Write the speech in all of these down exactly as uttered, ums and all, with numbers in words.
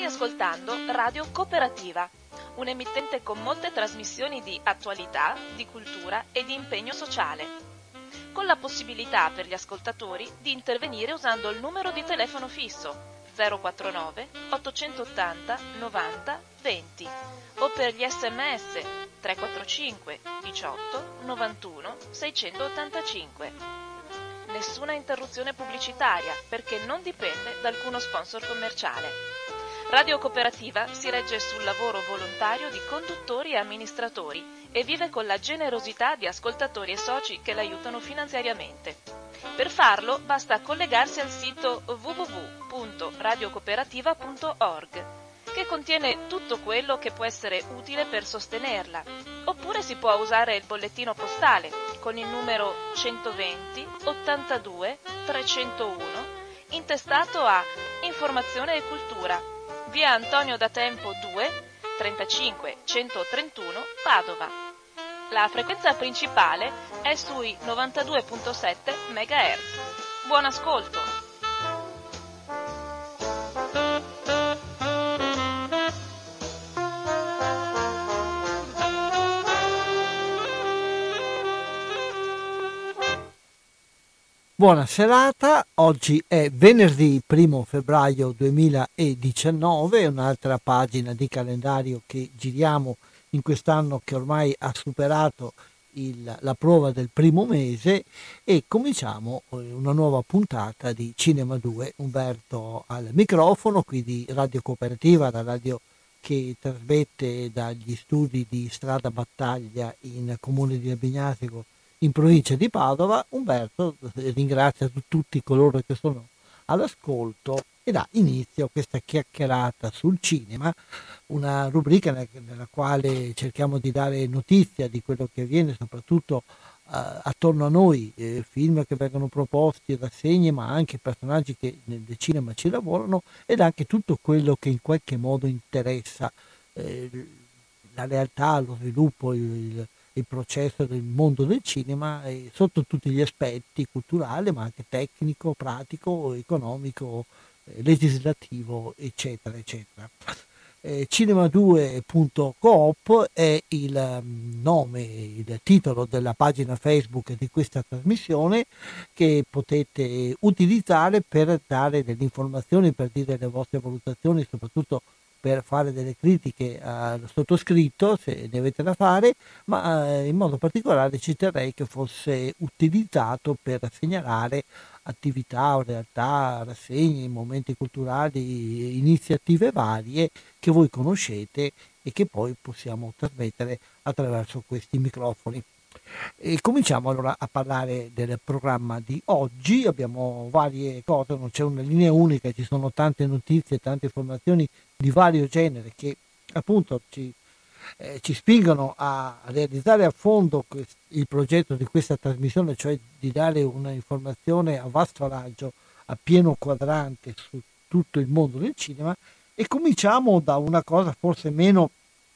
ascoltando Radio Cooperativa, un emittente con molte trasmissioni di attualità, di cultura e di impegno sociale, con la possibilità per gli ascoltatori di intervenire usando il numero di telefono fisso zero quattro nove ottocentottanta novanta venti o per gli sms tre quattro cinque diciotto novantuno seicentottantacinque. Nessuna interruzione pubblicitaria perché non dipende da alcuno sponsor commerciale. Radio Cooperativa si regge sul lavoro volontario di conduttori e amministratori e vive con la generosità di ascoltatori e soci che l'aiutano finanziariamente. Per farlo basta collegarsi al sito w w w punto radiocooperativa punto org, che contiene tutto quello che può essere utile per sostenerla, oppure si può usare il bollettino postale con il numero centoventi ottantadue trecentouno intestato a Informazione e Cultura, via Antonio da Tempo due, trentacinque centotrentuno Padova. La frequenza principale è sui novantadue virgola sette megahertz. Buon ascolto! Buona serata, oggi è venerdì primo febbraio duemiladiciannove, un'altra pagina di calendario che giriamo in quest'anno che ormai ha superato il, la prova del primo mese, e cominciamo una nuova puntata di Cinema due. Umberto al microfono qui di Radio Cooperativa, la radio che trasmette dagli studi di Strada Battaglia in comune di Albignasico in provincia di Padova. Umberto ringrazia tutti coloro che sono all'ascolto e dà inizio a questa chiacchierata sul cinema, una rubrica nella quale cerchiamo di dare notizia di quello che avviene soprattutto uh, attorno a noi, eh, film che vengono proposti, rassegne, ma anche personaggi che nel cinema ci lavorano, ed anche tutto quello che in qualche modo interessa eh, la realtà, lo sviluppo, il, il il processo del mondo del cinema, eh, sotto tutti gli aspetti, culturale ma anche tecnico, pratico, economico, eh, legislativo, eccetera eccetera. eh, cinema due punto coop è il um, nome, il titolo della pagina Facebook di questa trasmissione, che potete utilizzare per dare delle informazioni, per dire le vostre valutazioni, soprattutto per fare delle critiche al sottoscritto, se ne avete da fare, ma eh, in modo particolare ci terrei che fosse utilizzato per segnalare attività, realtà, rassegne, momenti culturali, iniziative varie che voi conoscete e che poi possiamo trasmettere attraverso questi microfoni. E cominciamo allora a parlare del programma di oggi. Abbiamo varie cose, non c'è una linea unica, ci sono tante notizie, tante informazioni di vario genere che appunto ci, eh, ci spingono a realizzare a fondo quest- il progetto di questa trasmissione, cioè di dare una informazione a vasto raggio, a pieno quadrante su tutto il mondo del cinema. E cominciamo da una cosa forse meno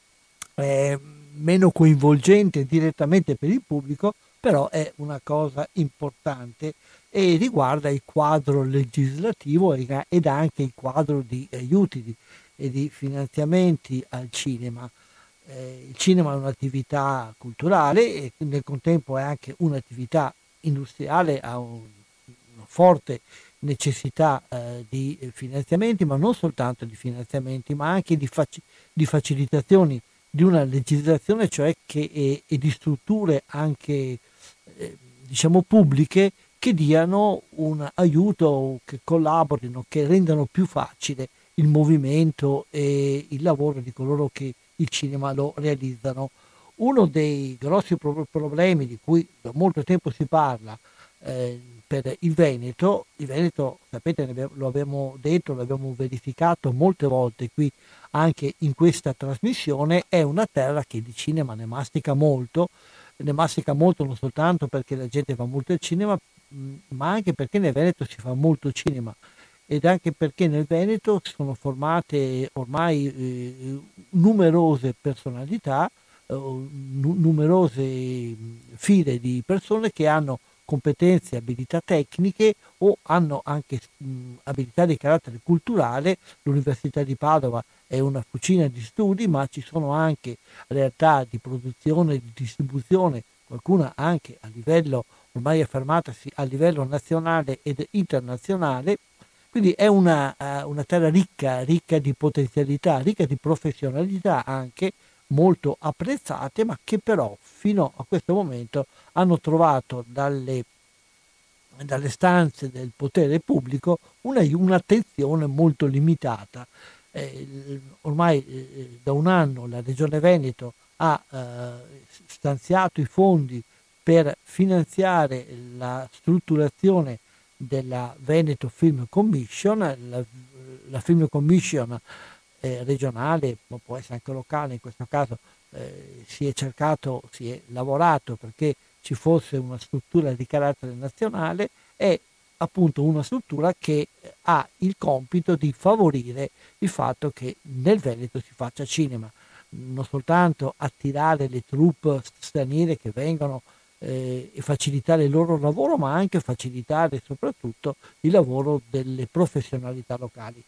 eh, meno coinvolgente direttamente per il pubblico, però è una cosa importante e riguarda il quadro legislativo ed anche il quadro di aiuti di, e di finanziamenti al cinema. Eh, il cinema è un'attività culturale e nel contempo è anche un'attività industriale, ha un, una forte necessità eh, di finanziamenti, ma non soltanto di finanziamenti, ma anche di, faci- di facilitazioni di una legislazione, cioè che è, e di strutture anche eh, diciamo pubbliche che diano un aiuto, che collaborino, che rendano più facile il movimento e il lavoro di coloro che il cinema lo realizzano. Uno dei grossi pro- problemi di cui da molto tempo si parla eh, per il Veneto, il Veneto sapete, ne abbiamo, lo abbiamo detto, l'abbiamo verificato molte volte qui anche in questa trasmissione, è una terra che di cinema ne mastica molto, ne mastica molto non soltanto perché la gente va molto al cinema, ma anche perché nel Veneto si fa molto cinema, ed anche perché nel Veneto sono formate ormai eh, numerose personalità, eh, nu- numerose file di persone che hanno competenze e abilità tecniche o hanno anche mh, abilità di carattere culturale. L'Università di Padova è una fucina di studi, ma ci sono anche realtà di produzione e di distribuzione, qualcuna anche a livello ormai affermatasi a livello nazionale ed internazionale. Quindi è una, uh, una terra ricca, ricca di potenzialità, ricca di professionalità anche, molto apprezzate, ma che però fino a questo momento hanno trovato dalle, dalle stanze del potere pubblico una, un'attenzione molto limitata. Eh, ormai eh, da un anno la Regione Veneto ha eh, stanziato i fondi per finanziare la strutturazione della Veneto Film Commission. La, la Film Commission eh, regionale, ma può essere anche locale, in questo caso eh, si è cercato, si è lavorato perché ci fosse una struttura di carattere nazionale. È appunto una struttura che ha il compito di favorire il fatto che nel Veneto si faccia cinema, non soltanto attirare le troupe straniere che vengono eh, e facilitare il loro lavoro, ma anche facilitare soprattutto il lavoro delle professionalità locali.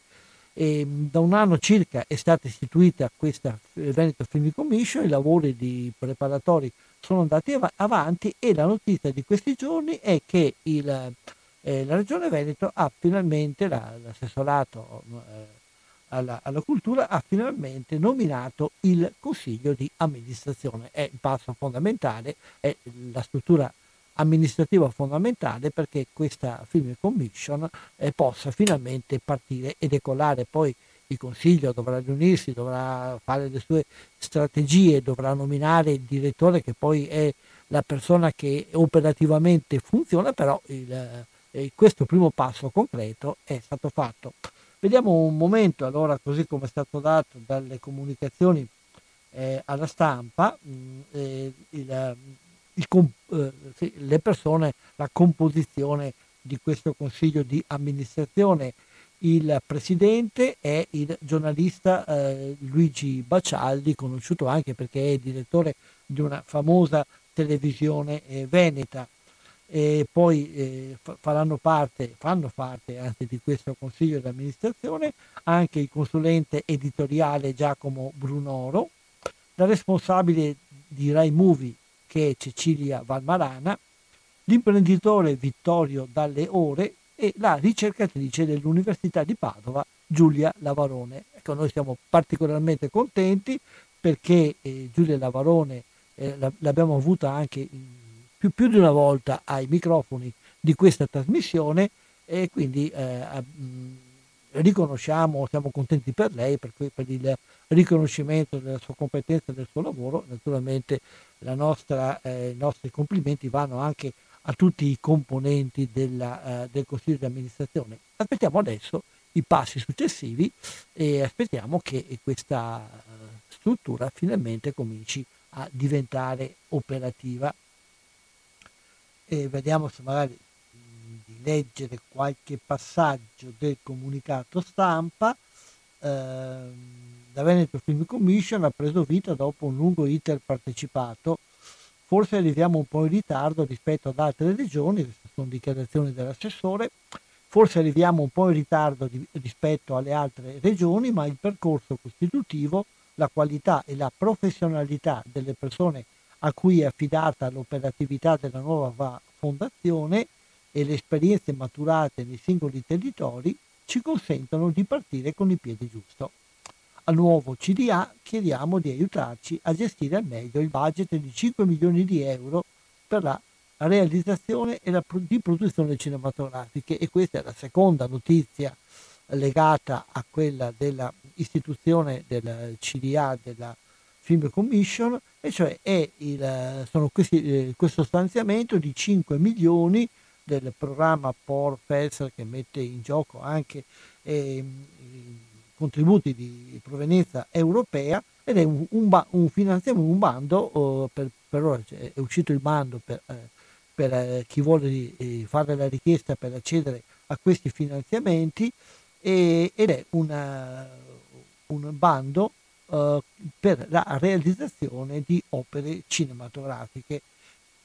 E da un anno circa è stata istituita questa Veneto Film Commission, i lavori di preparatori sono andati av- avanti e la notizia di questi giorni è che il, eh, la Regione Veneto ha finalmente, la, l'assessorato eh, alla, alla cultura ha finalmente nominato il consiglio di amministrazione. È il passo fondamentale, è la struttura amministrativa fondamentale perché questa Film Commission eh, possa finalmente partire e decollare. Poi il Consiglio dovrà riunirsi, dovrà fare le sue strategie, dovrà nominare il direttore che poi è la persona che operativamente funziona, però il, eh, questo primo passo concreto è stato fatto. Vediamo un momento allora, così come è stato dato dalle comunicazioni eh, alla stampa, mh, eh, il, il, eh, sì, le persone, la composizione di questo consiglio di amministrazione. Il presidente è il giornalista eh, Luigi Bacialdi, conosciuto anche perché è direttore di una famosa televisione eh, veneta. E poi eh, faranno parte, fanno parte anche di questo consiglio di amministrazione anche il consulente editoriale Giacomo Brunoro, la responsabile di Rai Movie che è Cecilia Valmarana, l'imprenditore Vittorio Dalle Ore e la ricercatrice dell'Università di Padova Giulia Lavarone. Ecco, noi siamo particolarmente contenti perché eh, Giulia Lavarone eh, l'abbiamo avuta anche più, più di una volta ai microfoni di questa trasmissione e quindi eh, mh, riconosciamo, siamo contenti per lei, per, per il riconoscimento della sua competenza e del suo lavoro. Naturalmente la nostra, eh, i nostri complimenti vanno anche a tutti i componenti della, uh, del Consiglio di amministrazione. Aspettiamo adesso i passi successivi e aspettiamo che questa uh, struttura finalmente cominci a diventare operativa. E vediamo se magari mh, di leggere qualche passaggio del comunicato stampa. Uh, la Veneto Film Commission ha preso vita dopo un lungo iter partecipato. Forse arriviamo un po' in ritardo rispetto ad altre regioni, queste sono dichiarazioni dell'assessore, forse arriviamo un po' in ritardo di, rispetto alle altre regioni, ma il percorso costitutivo, la qualità e la professionalità delle persone a cui è affidata l'operatività della nuova fondazione e le esperienze maturate nei singoli territori ci consentono di partire con il piede giusto. Al nuovo C D A chiediamo di aiutarci a gestire al meglio il budget di cinque milioni di euro per la realizzazione e la di produzione cinematografiche, e questa è la seconda notizia legata a quella della istituzione del C D A, della Film Commission, e cioè è il, sono questi, eh, questo stanziamento di cinque milioni del programma P O R F E S che mette in gioco anche eh, contributi di provenienza europea, ed è un, un, ba, un finanziamento, un bando, oh, per, per ora cioè, è uscito il bando per, eh, per eh, chi vuole eh, fare la richiesta per accedere a questi finanziamenti, e, ed è una, un bando eh, per la realizzazione di opere cinematografiche.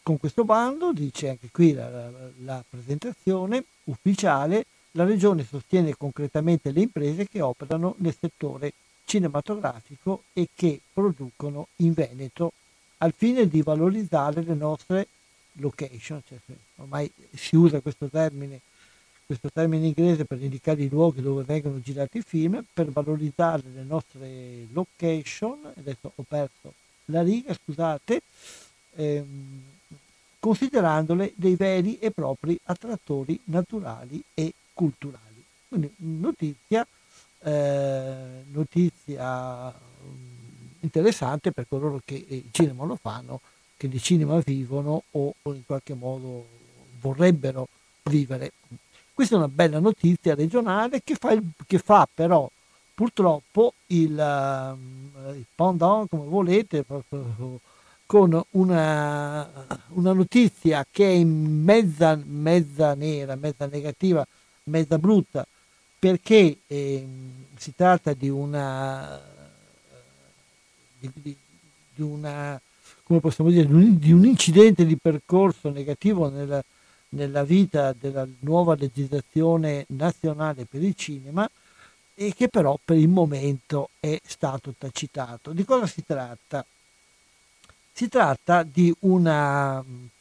con questo bando, dice anche qui la, la, la presentazione ufficiale, la Regione sostiene concretamente le imprese che operano nel settore cinematografico e che producono in Veneto al fine di valorizzare le nostre location, cioè, ormai si usa questo termine, questo termine inglese per indicare i luoghi dove vengono girati i film, per valorizzare le nostre location, adesso ho perso la riga, scusate, ehm, considerandole dei veri e propri attrattori naturali e culturali. Quindi notizia, eh, notizia interessante per coloro che il cinema lo fanno, che di cinema vivono o, o in qualche modo vorrebbero vivere. Questa è una bella notizia regionale che fa, il, che fa però purtroppo il, uh, il pendant, come volete, con una, una notizia che è in mezza, mezza nera, mezza negativa, mezza brutta, perché eh, si tratta di una, di, di, di una, come possiamo dire, di un, di un incidente di percorso negativo nella, nella vita della nuova legislazione nazionale per il cinema, e che però per il momento è stato tacitato. Di cosa si tratta? Si tratta di una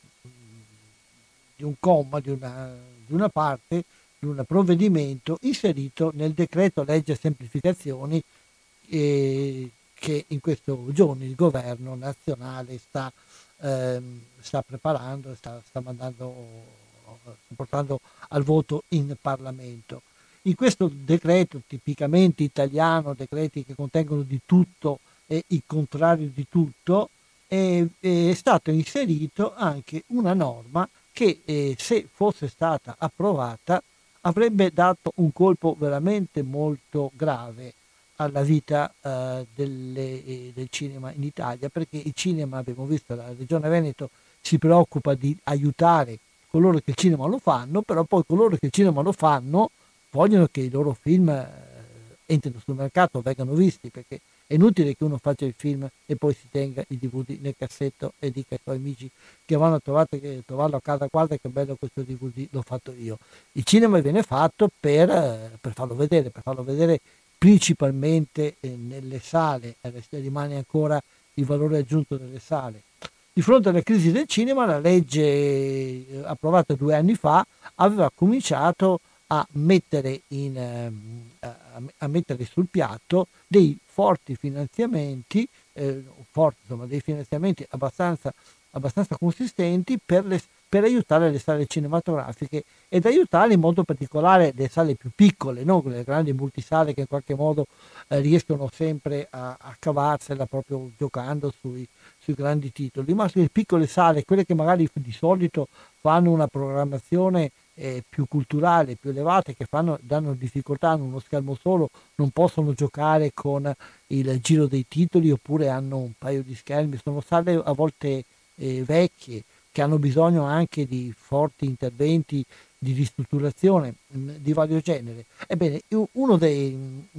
di un comma, di una, di una parte, di un provvedimento inserito nel decreto legge semplificazioni eh, che in questi giorni il governo nazionale sta, ehm, sta preparando, sta, sta mandando, sta portando al voto in Parlamento. In questo decreto tipicamente italiano, decreti che contengono di tutto e il contrario di tutto, è, è stato inserito anche una norma che eh, se fosse stata approvata avrebbe dato un colpo veramente molto grave alla vita eh, delle, eh, del cinema in Italia, perché il cinema, abbiamo visto, la Regione Veneto si preoccupa di aiutare coloro che il cinema lo fanno, però poi coloro che il cinema lo fanno vogliono che i loro film eh, entrino sul mercato, vengano visti, perché è inutile che uno faccia il film e poi si tenga il D V D nel cassetto e dica ai suoi amici che vanno a trovare, che trovarlo a casa, guarda che bello questo D V D, l'ho fatto io. Il cinema viene fatto per, per farlo vedere, per farlo vedere principalmente eh, nelle sale, e rimane ancora il valore aggiunto delle sale. Di fronte alla crisi del cinema, la legge eh, approvata due anni fa aveva cominciato a mettere, in, a, a mettere sul piatto dei forti finanziamenti, eh, forti, insomma, dei finanziamenti abbastanza, abbastanza consistenti per, le, per aiutare le sale cinematografiche ed aiutare in modo particolare le sale più piccole, non le grandi multisale che in qualche modo eh, riescono sempre a, a cavarsela proprio giocando sui, sui grandi titoli, ma le piccole sale, quelle che magari di solito fanno una programmazione Eh, più culturale, più elevate, che fanno, danno difficoltà, hanno uno schermo solo, non possono giocare con il giro dei titoli oppure hanno un paio di schermi, sono sale a volte eh, vecchie che hanno bisogno anche di forti interventi di ristrutturazione mh, di vario genere. Ebbene, uno dei,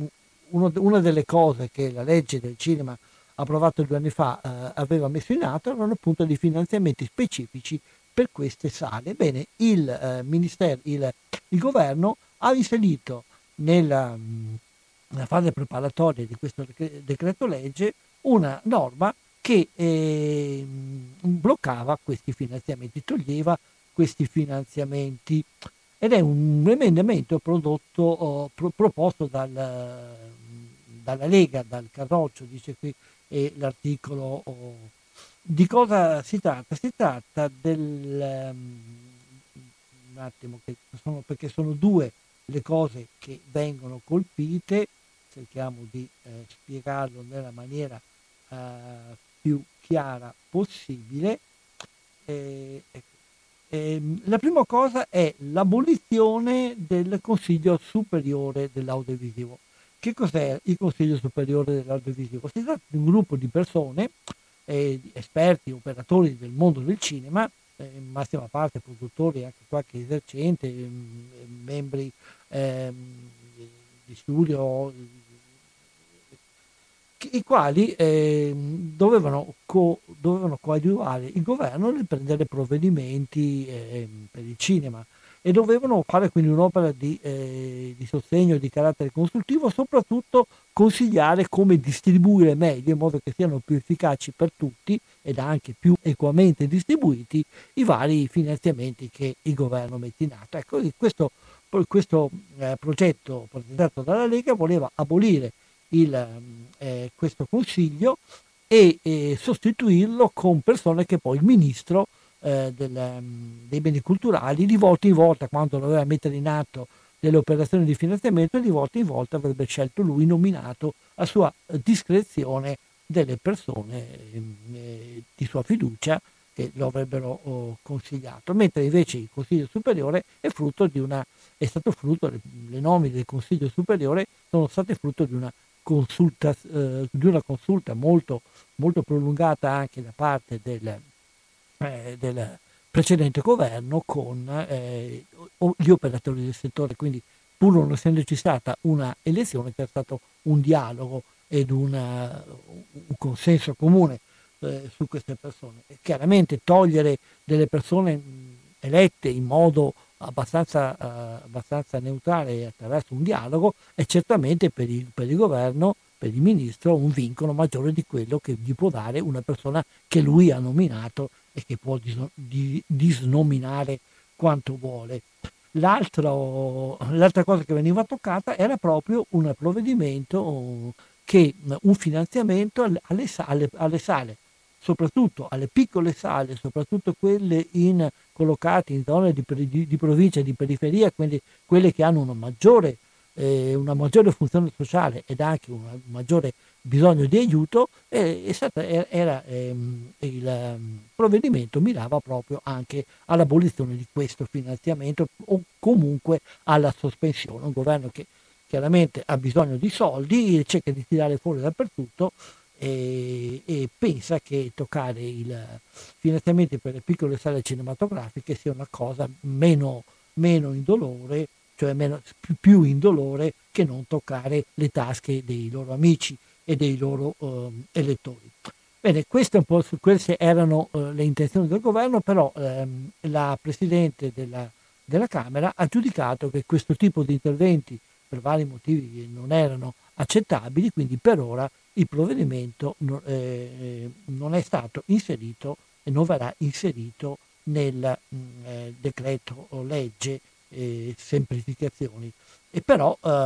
uno, una delle cose che la legge del cinema approvato due anni fa eh, aveva messo in atto erano appunto dei finanziamenti specifici per queste sale. Bene, il eh, ministero, il, il governo ha inserito nella, nella fase preparatoria di questo decreto legge una norma che eh, bloccava questi finanziamenti, toglieva questi finanziamenti, ed è un emendamento prodotto, oh, pro, proposto dal, dalla Lega, dal Carroccio, dice qui eh, l'articolo. Oh, Di cosa si tratta? Si tratta del um, un attimo che sono, perché sono due le cose che vengono colpite, cerchiamo di eh, spiegarlo nella maniera eh, più chiara possibile. Eh, eh, la prima cosa è l'abolizione del Consiglio Superiore dell'Audiovisivo. Che cos'è il Consiglio Superiore dell'Audiovisivo? Si tratta di un gruppo di persone, Eh, esperti, operatori del mondo del cinema, eh, in massima parte produttori, anche qualche esercente, eh, membri eh, di studio, eh, i quali eh, dovevano co- dovevano coadiuvare il governo nel prendere provvedimenti eh, per il cinema e dovevano fare quindi un'opera di, eh, di sostegno di carattere consultivo, soprattutto consigliare come distribuire meglio, in modo che siano più efficaci per tutti ed anche più equamente distribuiti i vari finanziamenti che il governo mette in atto. Ecco, questo, questo eh, progetto presentato dalla Lega voleva abolire il, eh, questo consiglio e, e sostituirlo con persone che poi il ministro eh, del, dei beni culturali di volta in volta, quando doveva mettere in atto delle operazioni di finanziamento, di volta in volta avrebbe scelto lui, nominato a sua discrezione delle persone eh, di sua fiducia che lo avrebbero oh, consigliato, mentre invece il Consiglio Superiore è frutto di una è stato frutto, le, le nomine del Consiglio Superiore sono state frutto di una consulta, eh, di una consulta molto, molto prolungata anche da parte del, eh, del precedente governo con eh, gli operatori del settore, quindi pur non essendoci stata una elezione c'è stato un dialogo ed una, un consenso comune eh, su queste persone. E chiaramente togliere delle persone elette in modo abbastanza, uh, abbastanza neutrale attraverso un dialogo è certamente per il, per il governo, per il ministro, un vincolo maggiore di quello che gli può dare una persona che lui ha nominato e che può dis- di- disnominare quanto vuole. L'altro, l'altra cosa che veniva toccata era proprio un provvedimento che un finanziamento alle, alle, alle, alle sale, soprattutto alle piccole sale, soprattutto quelle in, collocate in zone di, di, di provincia e di periferia, quindi quelle che hanno una maggiore, eh, una maggiore funzione sociale ed anche un maggiore bisogno di aiuto, eh, è stata, era, ehm, il um, provvedimento mirava proprio anche all'abolizione di questo finanziamento o comunque alla sospensione. Un governo che chiaramente ha bisogno di soldi, cerca di tirare fuori dappertutto e, e pensa che toccare i finanziamenti per le piccole sale cinematografiche sia una cosa meno, meno indolore, cioè meno, più, più indolore che non toccare le tasche dei loro amici e dei loro um, elettori. Bene, queste, un po', queste erano uh, le intenzioni del governo, però um, la Presidente della, della Camera ha giudicato che questo tipo di interventi per vari motivi non erano accettabili, quindi per ora il provvedimento non, eh, non è stato inserito e non verrà inserito nel mh, eh, decreto legge eh, semplificazioni. E però eh,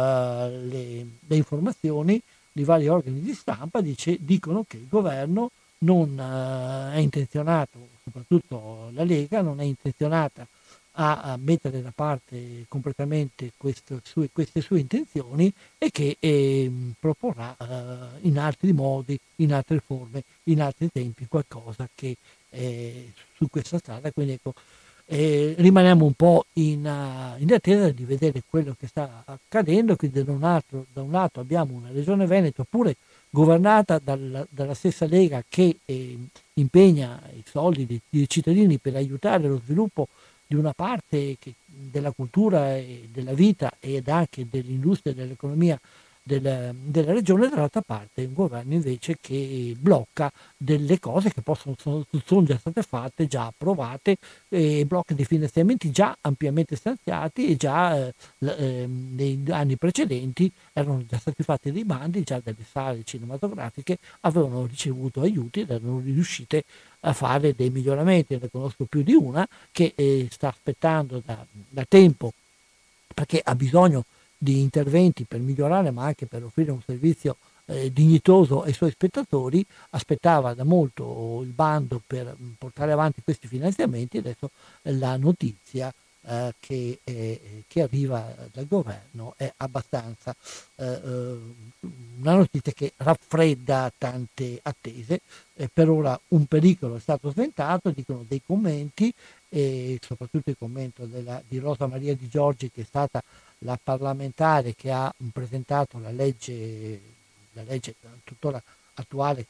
le, le informazioni di vari organi di stampa dice, dicono che il governo non eh, è intenzionato, soprattutto la Lega, non è intenzionata a, a mettere da parte completamente questo, sue, queste sue intenzioni e che eh, proporrà eh, in altri modi, in altre forme, in altri tempi qualcosa che eh, su questa strada. Quindi ecco, eh, rimaniamo un po' in, uh, in attesa di vedere quello che sta accadendo. Quindi da un, altro, da un lato abbiamo una regione Veneto pure governata dal, dalla stessa Lega che eh, impegna i soldi dei, dei cittadini per aiutare lo sviluppo di una parte che, della cultura e della vita ed anche dell'industria e dell'economia del, della regione, dall'altra parte un governo invece che blocca delle cose che possono, sono, sono già state fatte, già approvate, e blocca dei finanziamenti già ampiamente stanziati e già eh, eh, nei anni precedenti erano già stati fatti dei bandi, già delle sale cinematografiche avevano ricevuto aiuti ed erano riuscite a fare dei miglioramenti. Ne conosco più di una che eh, sta aspettando da, da tempo, perché ha bisogno di interventi per migliorare ma anche per offrire un servizio eh, dignitoso ai suoi spettatori, aspettava da molto il bando per portare avanti questi finanziamenti. Adesso la notizia eh, che, eh, che arriva dal governo è abbastanza eh, una notizia che raffredda tante attese. Eh, per ora un pericolo è stato sventato, dicono dei commenti, e soprattutto il commento della, di Rosa Maria Di Giorgi, che è stata la parlamentare che ha presentato la legge, la legge tuttora attuale,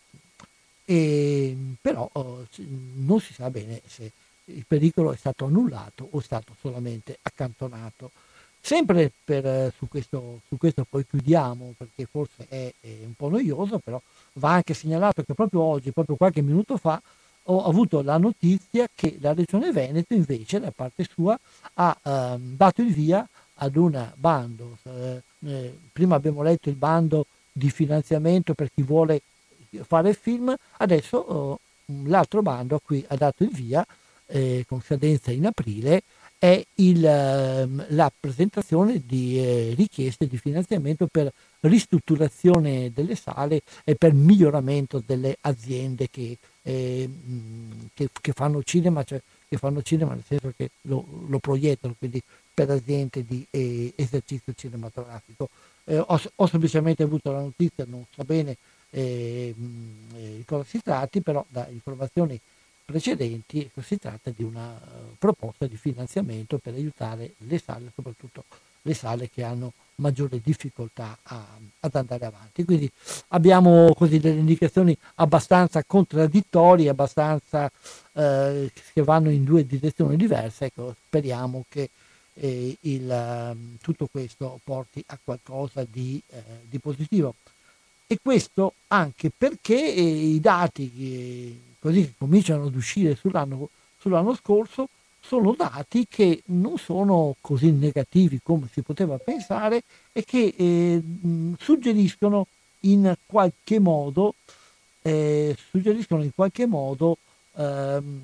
e, però oh, non si sa bene se il pericolo è stato annullato o è stato solamente accantonato. Sempre per, eh, su, questo, su questo poi chiudiamo perché forse è, è un po' noioso, però va anche segnalato che proprio oggi, proprio qualche minuto fa, ho avuto la notizia che la Regione Veneto invece da parte sua ha ehm, dato il via ad un bando. Eh, eh, prima abbiamo letto il bando di finanziamento per chi vuole fare film, adesso eh, l'altro bando a cui ha dato il via eh, con scadenza in aprile è il, ehm, la presentazione di eh, richieste di finanziamento per ristrutturazione delle sale e per miglioramento delle aziende che, eh, che, che fanno cinema, cioè che fanno cinema nel senso che lo, lo proiettano, quindi per aziende di eh, esercizio cinematografico. Eh, ho, ho semplicemente avuto la notizia, non so bene eh, di cosa si tratti, però da informazioni precedenti si tratta di una uh, proposta di finanziamento per aiutare le sale, soprattutto le sale che hanno maggiore difficoltà a, ad andare avanti. Quindi abbiamo così delle indicazioni abbastanza contraddittorie, abbastanza eh, che vanno in due direzioni diverse. Ecco, speriamo che eh, il, uh, tutto questo porti a qualcosa di, eh, di positivo. E questo anche perché eh, i dati che, così, che cominciano ad uscire sull'anno, sull'anno scorso sono dati che non sono così negativi come si poteva pensare e che eh, suggeriscono in qualche modo eh, suggeriscono in qualche modo ehm,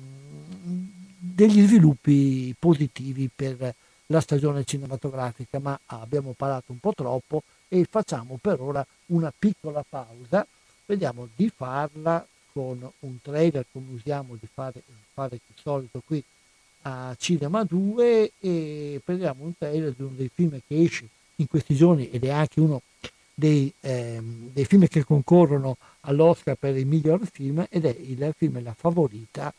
degli sviluppi positivi per la stagione cinematografica, ma abbiamo parlato un po' troppo e facciamo per ora una piccola pausa. Vediamo di farla con un trailer come usiamo di fare, fare il solito qui a Cinema due, e prendiamo un trailer di uno dei film che esce in questi giorni ed è anche uno dei, ehm, dei film che concorrono all'Oscar per il miglior film, ed è il film La Favorita.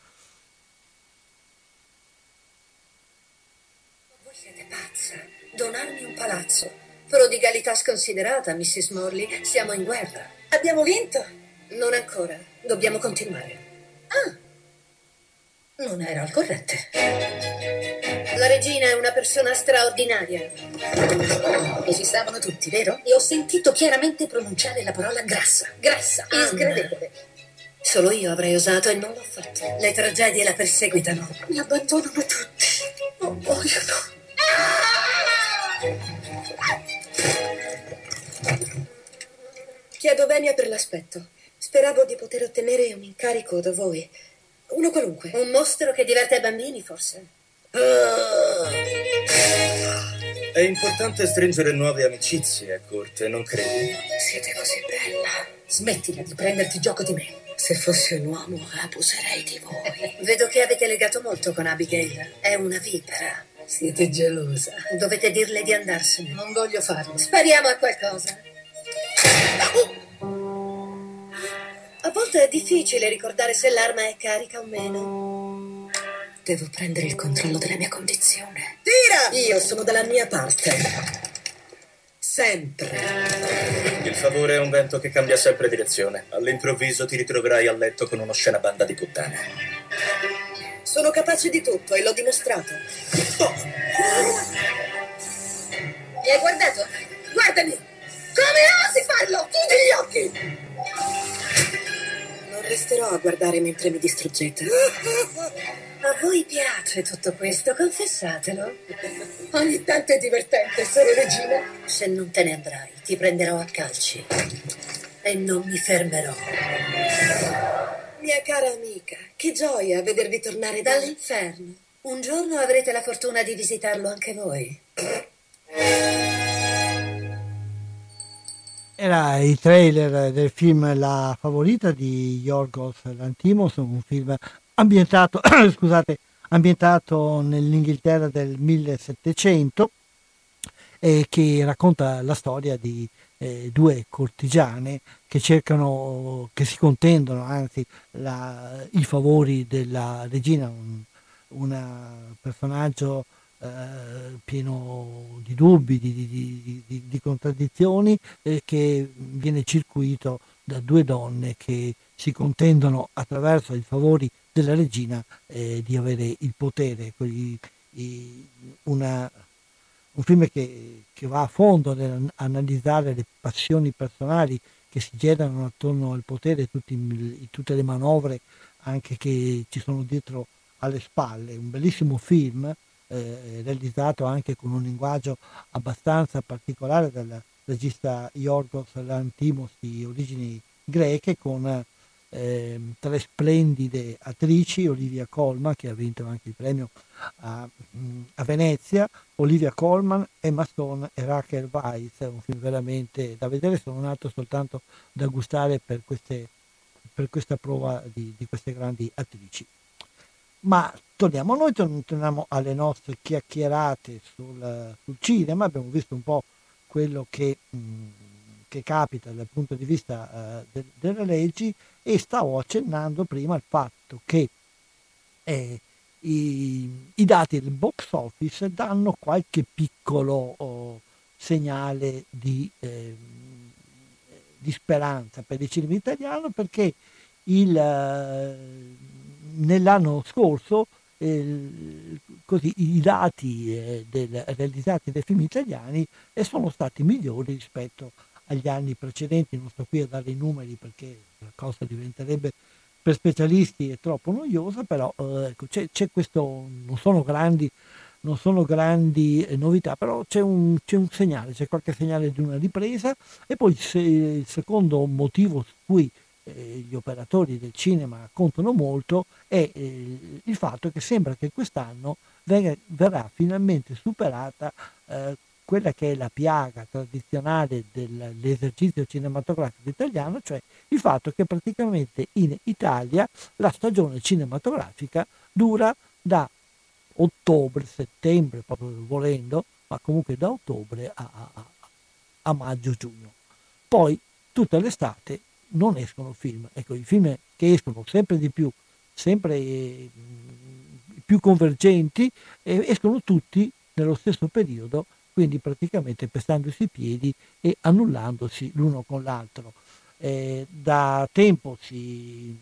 Voi siete pazza, donarmi un palazzo. Prodigalità sconsiderata, missus Morley. Siamo in guerra. Abbiamo vinto? Non ancora. Dobbiamo continuare. Ah, non era al corrente. La regina è una persona straordinaria. Esistavano tutti, vero? E ho sentito chiaramente pronunciare la parola grassa. Grassa, sgradevole. Solo io avrei osato e non l'ho fatto. Le tragedie la perseguitano. Mi abbandonano tutti. Non muoiono. Chiedo venia per l'aspetto. Speravo di poter ottenere un incarico da voi. Uno qualunque. Un mostro che diverte i bambini, forse. È importante stringere nuove amicizie a corte, non credi? Siete così bella. Smettila di prenderti gioco di me. Se fossi un uomo, abuserei di voi. Vedo che avete legato molto con Abigail. È una vipera. Siete gelosa. Dovete dirle di andarsene. Non voglio farlo. Spariamo a qualcosa. A volte è difficile ricordare se l'arma è carica o meno. Devo prendere il controllo della mia condizione. Tira! Io sono dalla mia parte. Sempre. Il favore è un vento che cambia sempre direzione. All'improvviso ti ritroverai a letto con un'oscena banda di puttane. Sono capace di tutto e l'ho dimostrato. Oh. Mi hai guardato? Guardami! Come osi farlo? Chiudi gli occhi! Non resterò a guardare mentre mi distruggete. A voi piace tutto questo, confessatelo. Ogni tanto è divertente essere regina. Se non te ne andrai, ti prenderò a calci. E non mi fermerò. Mia cara amica, che gioia vedervi tornare dall'inferno. Un giorno avrete la fortuna di visitarlo anche voi. Era il trailer del film La Favorita di Yorgos Lanthimos, un film ambientato, scusate, ambientato nell'Inghilterra del millesettecento, e che racconta la storia di eh, due cortigiane che cercano, che si contendono anzi la, i favori della regina, un una personaggio eh, pieno di dubbi, di, di, di, di contraddizioni, eh, che viene circuito da due donne che si contendono attraverso i favori della regina eh, di avere il potere, quindi, una, un film che, che va a fondo nell'analizzare le passioni personali che si generano attorno al potere, tutti, tutte le manovre anche che ci sono dietro alle spalle. Un bellissimo film, eh, realizzato anche con un linguaggio abbastanza particolare dal regista Yorgos Lanthimos, di origini greche, con eh, tre splendide attrici: Olivia Colman, che ha vinto anche il premio a, a Venezia, Olivia Colman, Emma Stone e Rachel Weisz. È un film veramente da vedere, sono nato soltanto da gustare per, queste, per questa prova di, di queste grandi attrici. Ma torniamo a noi, torniamo alle nostre chiacchierate sul, sul cinema. Abbiamo visto un po' quello che, mh, che capita dal punto di vista uh, de, delle leggi, e stavo accennando prima al fatto che eh, i, i dati del box office danno qualche piccolo oh, segnale di, eh, di speranza per il cinema italiano, perché il, eh, nell'anno scorso eh, così, i dati eh, del, realizzati dai film italiani eh, sono stati migliori rispetto agli anni precedenti. Non sto qui a dare i numeri perché la cosa diventerebbe per specialisti è troppo noiosa, però eh, ecco, c'è, c'è questo, non sono grandi, non sono grandi eh, novità, però c'è un, c'è un segnale, c'è qualche segnale di una ripresa. E poi se, il secondo motivo su cui eh, gli operatori del cinema contano molto è eh, il fatto che sembra che quest'anno venga, verrà finalmente superata eh, quella che è la piaga tradizionale dell'esercizio cinematografico italiano, cioè il fatto che praticamente in Italia la stagione cinematografica dura da ottobre, settembre, proprio volendo, ma comunque da ottobre a, a, a maggio-giugno. Poi tutta l'estate non escono film. Ecco, i film che escono sempre di più, sempre eh, più convergenti, eh, escono tutti nello stesso periodo, quindi praticamente pestandosi i piedi e annullandosi l'uno con l'altro. Eh, da tempo si,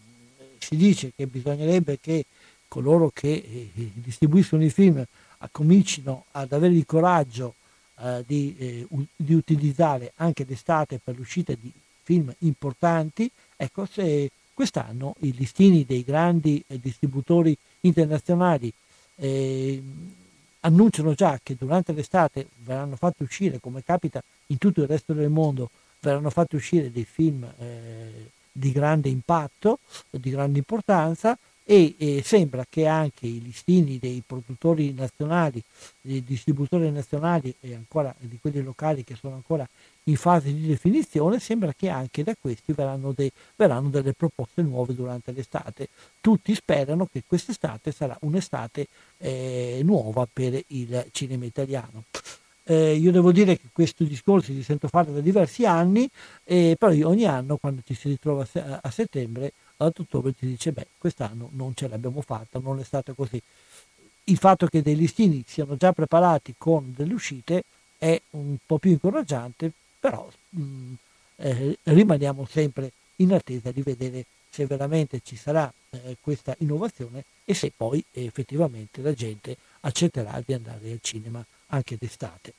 si dice che bisognerebbe che coloro che eh, distribuiscono i film comincino ad avere il coraggio eh, di, eh, u- di utilizzare anche l'estate per l'uscita di film importanti. Ecco, se quest'anno i listini dei grandi eh, distributori internazionali eh, annunciano già che durante l'estate verranno fatti uscire, come capita in tutto il resto del mondo, verranno fatti uscire dei film eh, di grande impatto, di grande importanza, e, e sembra che anche i listini dei produttori nazionali, dei distributori nazionali e ancora di quelli locali che sono ancora in fase di definizione, sembra che anche da questi verranno, de, verranno delle proposte nuove durante l'estate. Tutti sperano che quest'estate sarà un'estate eh, nuova per il cinema italiano. Eh, io devo dire che questo discorso li sento fare da diversi anni, eh, però io ogni anno, quando ci si ritrova a, a settembre, ad ottobre, ti dice beh, quest'anno non ce l'abbiamo fatta, non è stato così. Il fatto che dei listini siano già preparati con delle uscite è un po' più incoraggiante, però mh, eh, rimaniamo sempre in attesa di vedere se veramente ci sarà eh, questa innovazione e se poi eh, effettivamente la gente accetterà di andare al cinema anche d'estate.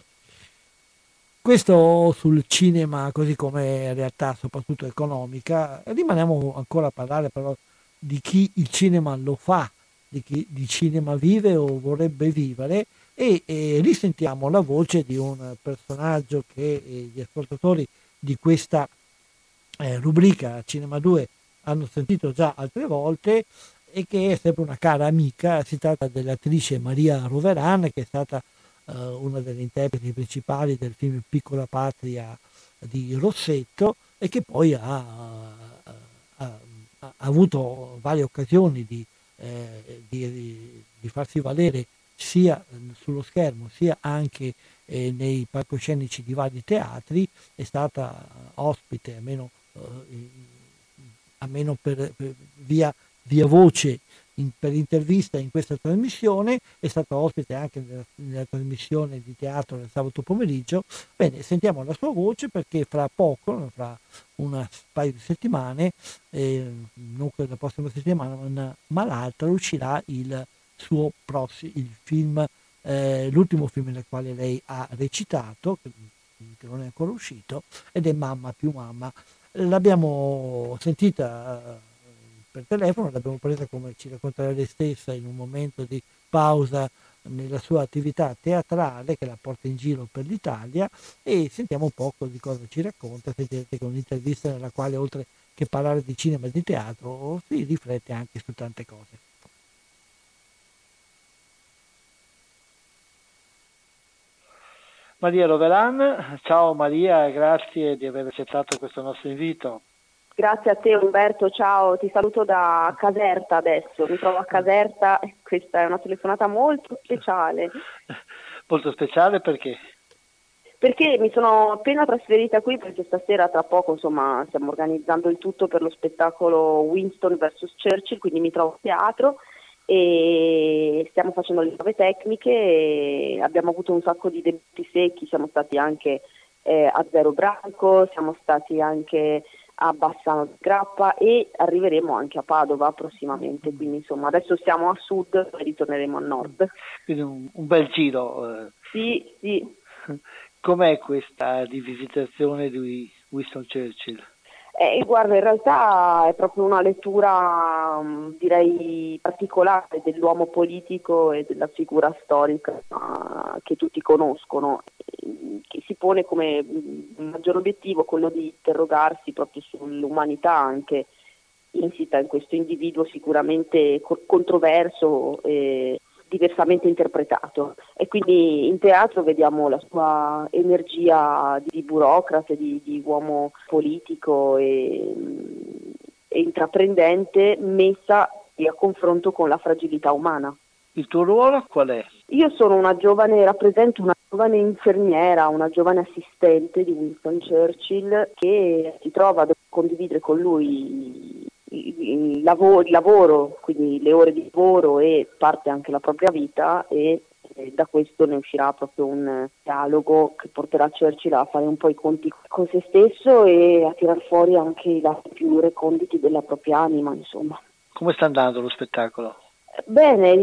Questo sul cinema, così come realtà soprattutto economica. Rimaniamo ancora a parlare però di chi il cinema lo fa, di chi di cinema vive o vorrebbe vivere, e, e risentiamo la voce di un personaggio che eh, gli ascoltatori di questa eh, rubrica Cinema due hanno sentito già altre volte e che è sempre una cara amica. Si tratta dell'attrice Maria Roveran, che è stata Uh, una delle interpreti principali del film Piccola Patria di Rossetto, e che poi ha, ha, ha, ha avuto varie occasioni di, eh, di, di farsi valere sia sullo schermo sia anche eh, nei palcoscenici di vari teatri. È stata ospite, almeno, eh, almeno per, per via, via voce, In, per intervista in questa trasmissione, è stato ospite anche nella, nella trasmissione di teatro del sabato pomeriggio. Bene, sentiamo la sua voce perché fra poco, fra un paio di settimane, eh, non la prossima settimana, ma, ma l'altra, uscirà il suo prossimo il film eh, l'ultimo film nel quale lei ha recitato, che, che non è ancora uscito, ed è Mamma più mamma. L'abbiamo sentita eh, per telefono, l'abbiamo presa, come ci racconterà lei stessa, in un momento di pausa nella sua attività teatrale che la porta in giro per l'Italia, e sentiamo un po' di cosa ci racconta. Sentirete con un'intervista nella quale, oltre che parlare di cinema e di teatro, si riflette anche su tante cose. Maria Lovelan, ciao Maria, grazie di aver accettato questo nostro invito. Grazie a te Umberto, ciao, ti saluto da Caserta adesso, mi trovo a Caserta e questa è una telefonata molto speciale. Molto speciale perché? Perché mi sono appena trasferita qui, perché stasera tra poco insomma stiamo organizzando il tutto per lo spettacolo Winston versus Churchill, quindi mi trovo a teatro e stiamo facendo le prove tecniche e abbiamo avuto un sacco di debutti secchi, siamo stati anche eh, a Zero Branco, siamo stati anche a Bassano di Grappa e arriveremo anche a Padova prossimamente, quindi insomma adesso siamo a sud e ritorneremo a nord. Quindi un, un bel giro. Sì, sì. Com'è questa rivisitazione di Winston Churchill? Eh, guarda, in realtà è proprio una lettura direi particolare dell'uomo politico e della figura storica uh, che tutti conoscono, che si pone come maggior obiettivo quello di interrogarsi proprio sull'umanità anche insita in questo individuo sicuramente co- controverso e diversamente interpretato, e quindi in teatro vediamo la sua energia di burocrate, di, di uomo politico e, e intraprendente messa a confronto con la fragilità umana. Il tuo ruolo qual è? Io sono una giovane, rappresento una giovane infermiera, una giovane assistente di Winston Churchill che si trova a condividere con lui il lavoro, il lavoro, quindi le ore di lavoro e parte anche la propria vita, e eh, da questo ne uscirà proprio un dialogo che porterà Churchill a fare un po' i conti con se stesso e a tirar fuori anche i lati più reconditi della propria anima, insomma. Come sta andando lo spettacolo? Bene,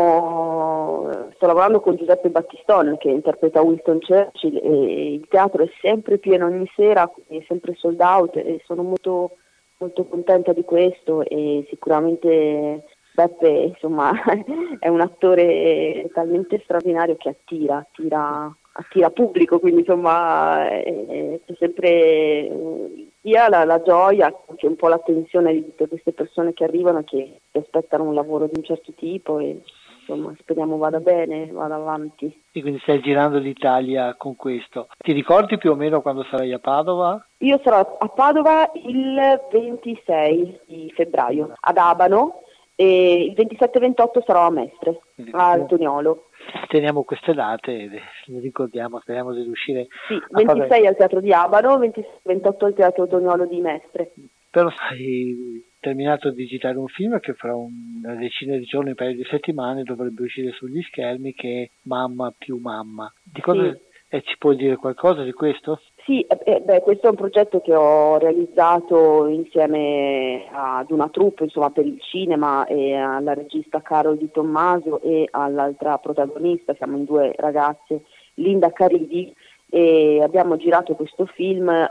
diciamo, sto lavorando con Giuseppe Battiston che interpreta Winston Churchill e il teatro è sempre pieno ogni sera, è sempre sold out e sono molto molto contenta di questo, e sicuramente Beppe insomma è un attore talmente straordinario che attira, attira, attira pubblico, quindi insomma è, è sempre sia la, la gioia che un po' la tensione di tutte queste persone che arrivano, che aspettano un lavoro di un certo tipo e insomma speriamo vada bene, vada avanti. E quindi stai girando l'Italia con questo. Ti ricordi più o meno quando sarai a Padova? Io sarò a Padova il ventisei di febbraio, ad Abano, e il ventisette ventotto sarò a Mestre, a Toniolo. Teniamo queste date e le ricordiamo, speriamo di riuscire. Sì, ventisei al Teatro di Abano, ventisette ventotto al Teatro Toniolo di Mestre. Però hai terminato di digitare un film che fra una decina di giorni, un paio di settimane, dovrebbe uscire sugli schermi, che è Mamma più mamma. Di cosa sì. eh, ci puoi dire qualcosa di questo? Sì, eh, beh, questo è un progetto che ho realizzato insieme ad una troupe, insomma, per il cinema, e alla regista Carol Di Tommaso e all'altra protagonista, siamo in due ragazze, Linda Caridi, e abbiamo girato questo film eh,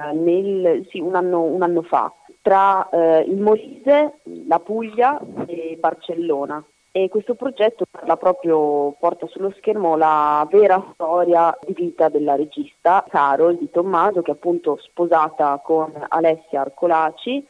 nel, sì, un anno, un anno fa, tra eh, il Molise, la Puglia e Barcellona. E questo progetto parla proprio, porta sullo schermo la vera storia di vita della regista Carol Di Tommaso, che è appunto sposata con Alessia Arcolaci,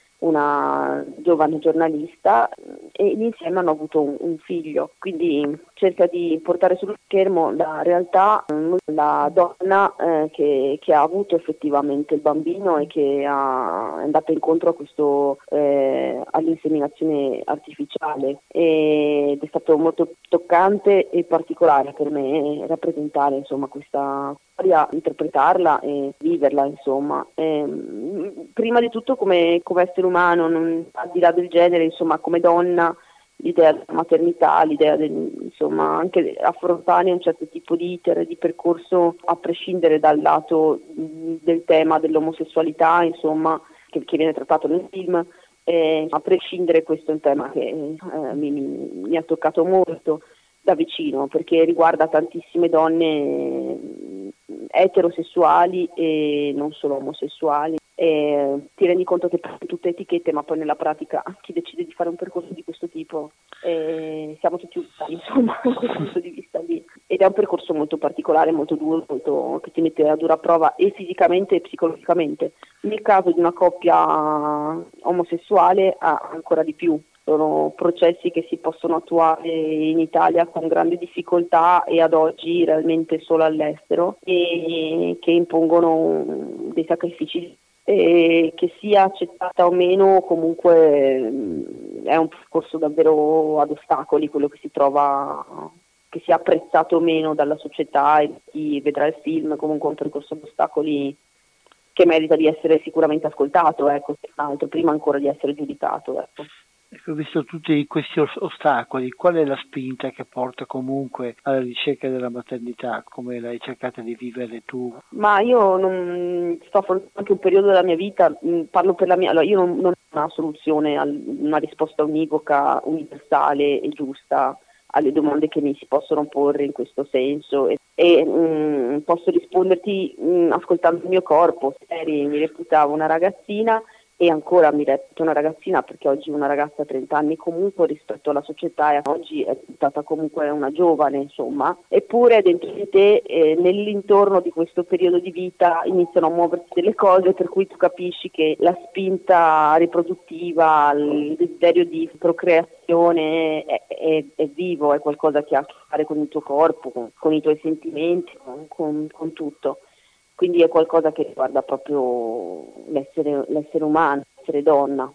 una giovane giornalista, e insieme hanno avuto un, un figlio, quindi cerca di portare sullo schermo la realtà, la donna eh, che, che ha avuto effettivamente il bambino e che ha, è andata incontro a questo eh, all'inseminazione artificiale, ed è stato molto toccante e particolare per me rappresentare insomma questa storia, interpretarla e viverla insomma. E, prima di tutto come, come essere umano, non, al di là del genere, insomma come donna, l'idea della maternità, l'idea del, insomma anche affrontare un certo tipo di iter, di percorso, a prescindere dal lato del tema dell'omosessualità, insomma, che, che viene trattato nel film, eh, a prescindere, questo è un tema che eh, mi, mi ha toccato molto. da vicino, perché riguarda tantissime donne eterosessuali e non solo omosessuali. E ti rendi conto che sono tutte etichette, ma poi nella pratica chi decide di fare un percorso di questo tipo eh, siamo tutti uguali, insomma, da questo punto di vista lì. Ed è un percorso molto particolare, molto duro, molto, che ti mette a dura prova e fisicamente e psicologicamente. Nel caso di una coppia omosessuale ancora di più. Sono processi che si possono attuare in Italia con grande difficoltà e ad oggi realmente solo all'estero, e che impongono dei sacrifici. E che sia accettata o meno, comunque è un percorso davvero ad ostacoli, quello che si trova, che sia apprezzato o meno dalla società e chi vedrà il film, comunque è un percorso ad ostacoli che merita di essere sicuramente ascoltato, ecco, senz'altro, prima ancora di essere giudicato, ecco. Ecco, visto tutti questi ostacoli, qual è la spinta che porta comunque alla ricerca della maternità, come l'hai cercata di vivere tu? Ma io non sto affrontando anche un periodo della mia vita, parlo per la mia, allora io non, non ho una soluzione, una risposta univoca, universale e giusta alle domande che mi si possono porre in questo senso, e, e mh, posso risponderti mh, ascoltando il mio corpo. Ieri mi reputavo una ragazzina e ancora mi reputo una ragazzina, perché oggi una ragazza ha trenta anni comunque rispetto alla società, e oggi è stata comunque una giovane, insomma. Eppure dentro di te, eh, nell'intorno di questo periodo di vita, iniziano a muoversi delle cose per cui tu capisci che la spinta riproduttiva, il desiderio di procreazione è, è, è vivo, è qualcosa che ha a che fare con il tuo corpo, con, con i tuoi sentimenti, con, con, con tutto. Quindi è qualcosa che riguarda proprio l'essere, l'essere umano, l'essere donna.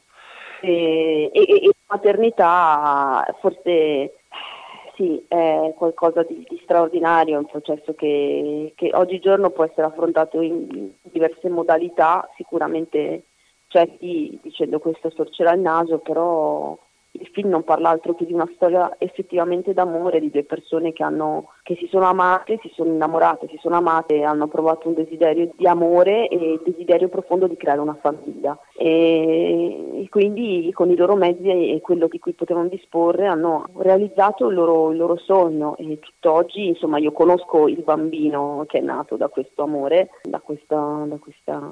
E, e, e la maternità forse sì, è qualcosa di, di straordinario, è un processo che, che oggigiorno può essere affrontato in diverse modalità. Sicuramente c'è chi dicendo questo storcerà il naso, però il film non parla altro che di una storia effettivamente d'amore di due persone che hanno che si sono amate, si sono innamorate, si sono amate, hanno provato un desiderio di amore e il desiderio profondo di creare una famiglia, e, e quindi con i loro mezzi e quello di cui potevano disporre hanno realizzato il loro, il loro sogno. E tutt'oggi, insomma, io conosco il bambino che è nato da questo amore, da questa, da questa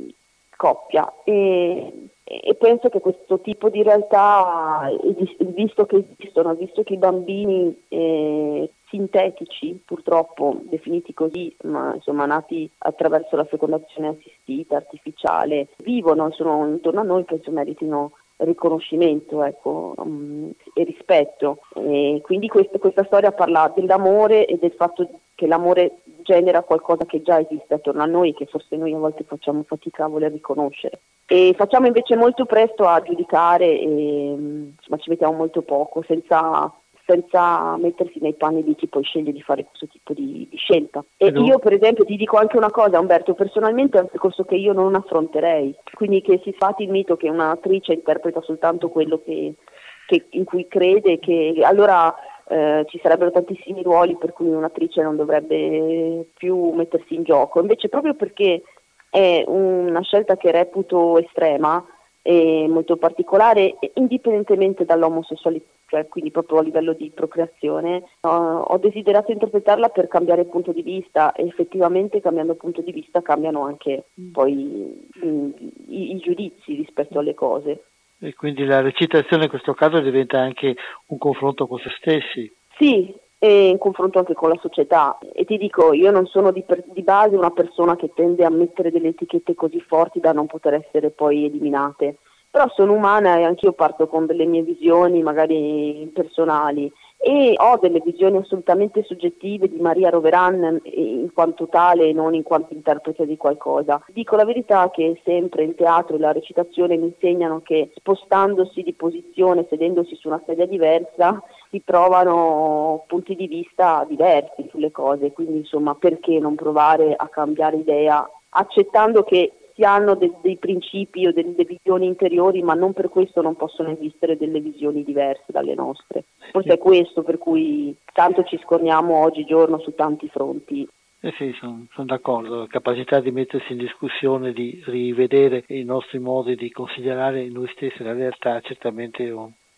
coppia, e E penso che questo tipo di realtà, visto che esistono, visto che i bambini eh, sintetici, purtroppo definiti così, ma insomma nati attraverso la fecondazione assistita, artificiale, vivono, sono intorno a noi, penso meritino riconoscimento, ecco, um, e rispetto. E quindi questa, questa storia parla dell'amore e del fatto che l'amore genera qualcosa che già esiste attorno a noi, che forse noi a volte facciamo fatica a voler riconoscere. E facciamo invece molto presto a giudicare, e insomma, ci mettiamo molto poco, senza, senza mettersi nei panni di chi poi sceglie di fare questo tipo di, di scelta. E no. Io per esempio ti dico anche una cosa, Umberto, personalmente è un percorso che io non affronterei, quindi che si sfati il mito che un'attrice interpreta soltanto quello che, che in cui crede, che allora eh, ci sarebbero tantissimi ruoli per cui un'attrice non dovrebbe più mettersi in gioco. Invece proprio perché è una scelta che reputo estrema e molto particolare, indipendentemente dall'omosessualità, cioè quindi proprio a livello di procreazione, uh, ho desiderato interpretarla per cambiare punto di vista, e effettivamente cambiando punto di vista cambiano anche mm. poi mh, i, i giudizi rispetto alle cose. E quindi la recitazione in questo caso diventa anche un confronto con se stessi. Sì, e in confronto anche con la società. E ti dico, io non sono di, per, di base una persona che tende a mettere delle etichette così forti da non poter essere poi eliminate, però sono umana e anch'io parto con delle mie visioni magari personali, e ho delle visioni assolutamente soggettive di Maria Roveran in quanto tale e non in quanto interprete di qualcosa. Dico la verità che sempre il teatro e la recitazione mi insegnano che spostandosi di posizione, sedendosi su una sedia diversa, si trovano punti di vista diversi sulle cose, quindi insomma perché non provare a cambiare idea, accettando che si hanno de- dei principi o delle visioni interiori, ma non per questo non possono esistere delle visioni diverse dalle nostre. Forse è questo per cui tanto ci scorniamo oggigiorno su tanti fronti. Eh sì, sono son d'accordo, la capacità di mettersi in discussione, di rivedere i nostri modi di considerare noi stessi la realtà, certamente un,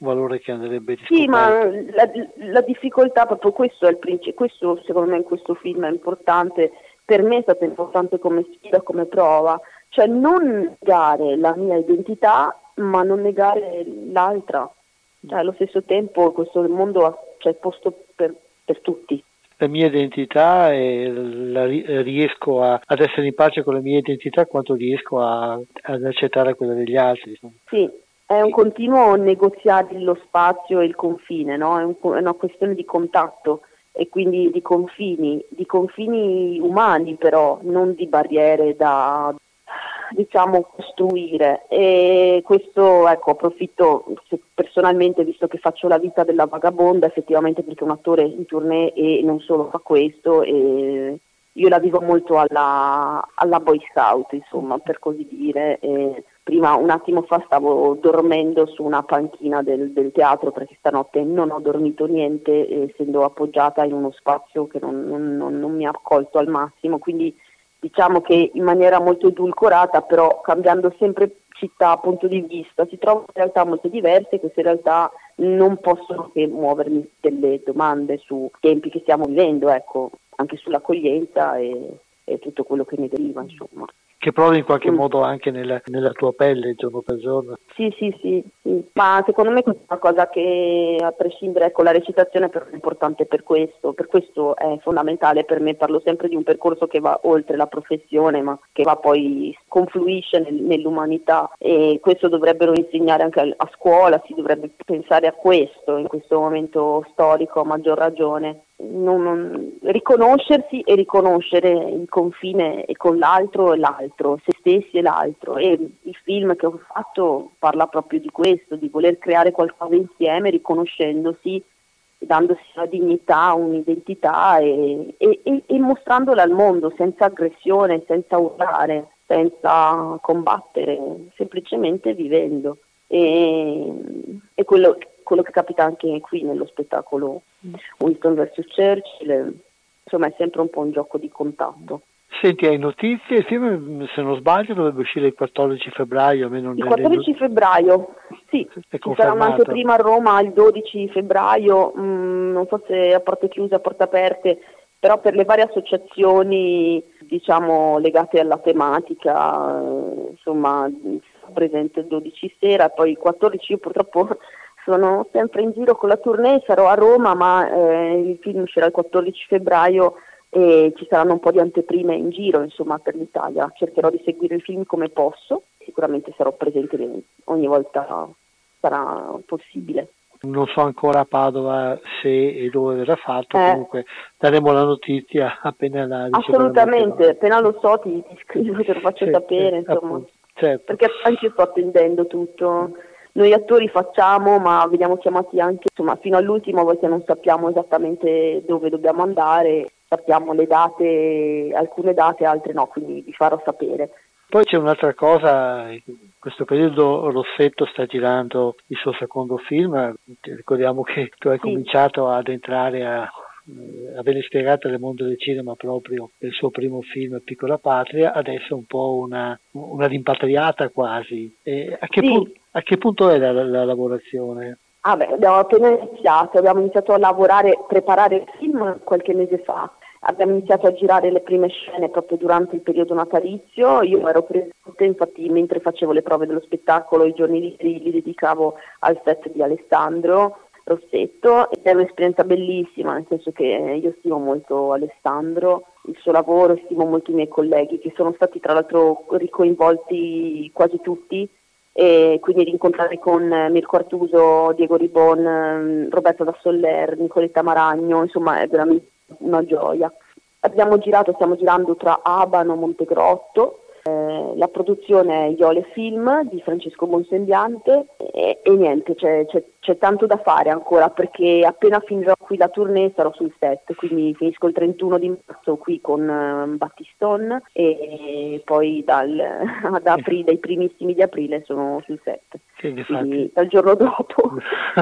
valore che andrebbe riscoperto. Sì, ma la, la difficoltà, proprio questo è il principio, questo secondo me in questo film è importante, per me è stato importante come sfida, come prova, cioè non negare la mia identità, ma non negare l'altra, cioè allo stesso tempo questo mondo c'è posto per, per tutti. La mia identità e la, riesco a, ad essere in pace con la mia identità quanto riesco a, ad accettare quella degli altri. Sì, è un continuo negoziare lo spazio e il confine, no? È, un, è una questione di contatto e quindi di confini, di confini umani però, non di barriere da, diciamo, costruire. E questo, ecco, approfitto se personalmente, visto che faccio la vita della vagabonda, effettivamente perché un attore in tournée e non solo fa questo, e io la vivo molto alla, alla Boy Scout, insomma, per così dire. E prima, un attimo fa, stavo dormendo su una panchina del, del teatro perché stanotte non ho dormito niente, essendo appoggiata in uno spazio che non, non, non, non mi ha accolto al massimo, quindi diciamo che in maniera molto edulcorata, però cambiando sempre città, punto di vista, si trovano realtà molto diverse. Queste realtà non possono che muovermi delle domande su tempi che stiamo vivendo, ecco, anche sull'accoglienza e, e tutto quello che ne deriva, insomma. Che provi in qualche mm. modo anche nella, nella tua pelle giorno per giorno. Sì, sì, sì, sì, ma secondo me è una cosa che, a prescindere, ecco, la recitazione è importante per questo, per questo è fondamentale per me. Parlo sempre di un percorso che va oltre la professione, ma che va poi, confluisce nel, nell'umanità, e questo dovrebbero insegnare anche a, a scuola, si dovrebbe pensare a questo in questo momento storico a maggior ragione. Non, non, riconoscersi e riconoscere il confine e con l'altro e l'altro, se stessi e l'altro, e il film che ho fatto parla proprio di questo, di voler creare qualcosa insieme, riconoscendosi, dandosi una dignità, un'identità e, e, e, e mostrandola al mondo senza aggressione, senza urlare, senza combattere, semplicemente vivendo. E, e quello quello che capita anche qui nello spettacolo Winston versus Churchill, insomma è sempre un po' un gioco di contatto. Senti, hai notizie? Il film, se non sbaglio, dovrebbe uscire il quattordici febbraio. Almeno il quattordici febbraio, sì, ci sarà un'anteprima a Roma il dodici febbraio, mh, non so se a porte chiuse o a porte aperte, però per le varie associazioni, diciamo, legate alla tematica, eh, insomma, presente il dodici sera, poi il quattordici io purtroppo sono sempre in giro con la tournée, sarò a Roma, ma eh, il film uscirà il quattordici febbraio e ci saranno un po' di anteprime in giro, insomma, per l'Italia. Cercherò di seguire il film come posso, sicuramente sarò presente ogni volta sarà possibile. Non so ancora a Padova se e dove verrà fatto, eh, comunque daremo la notizia appena la riceveremo. Assolutamente, appena lo so ti, ti scrivo, te lo faccio certo, sapere, insomma, certo. Perché anche io sto attendendo tutto. Noi attori facciamo, ma veniamo chiamati anche, insomma, fino all'ultimo, a volte non sappiamo esattamente dove dobbiamo andare, sappiamo le date, alcune date, altre no, quindi vi farò sapere. Poi c'è un'altra cosa, in questo periodo Rossetto sta girando il suo secondo film, ricordiamo che tu hai sì. cominciato ad entrare a avere spiegato nel mondo del cinema proprio il suo primo film Piccola Patria, adesso è un po' una, una rimpatriata quasi. E a, che sì. pu- a che punto è la, la, la lavorazione? Ah beh, abbiamo appena iniziato, abbiamo iniziato a lavorare, preparare il film qualche mese fa. Abbiamo iniziato a girare le prime scene proprio durante il periodo natalizio. Io ero presente, infatti, mentre facevo le prove dello spettacolo, i giorni liberi li dedicavo al set di Alessandro Rossetto, ed è un'esperienza bellissima, nel senso che io stimo molto Alessandro, il suo lavoro, stimo molto i miei colleghi, che sono stati tra l'altro ricoinvolti quasi tutti, e quindi rincontrare con Mirko Artuso, Diego Ribon, Roberto da Soller, Nicoletta Maragno, insomma è veramente una gioia. Abbiamo girato, stiamo girando tra Abano, Montegrotto, eh, la produzione è Iole Film di Francesco Bonsembiante e, e niente, c'è, c'è, c'è tanto da fare ancora, perché appena finirò qui la tournée sarò sul set, quindi finisco il trentuno di marzo qui con uh, Battiston e poi dal, ad aprile, dai primissimi di aprile sono sul set. Quindi, quindi dal giorno dopo.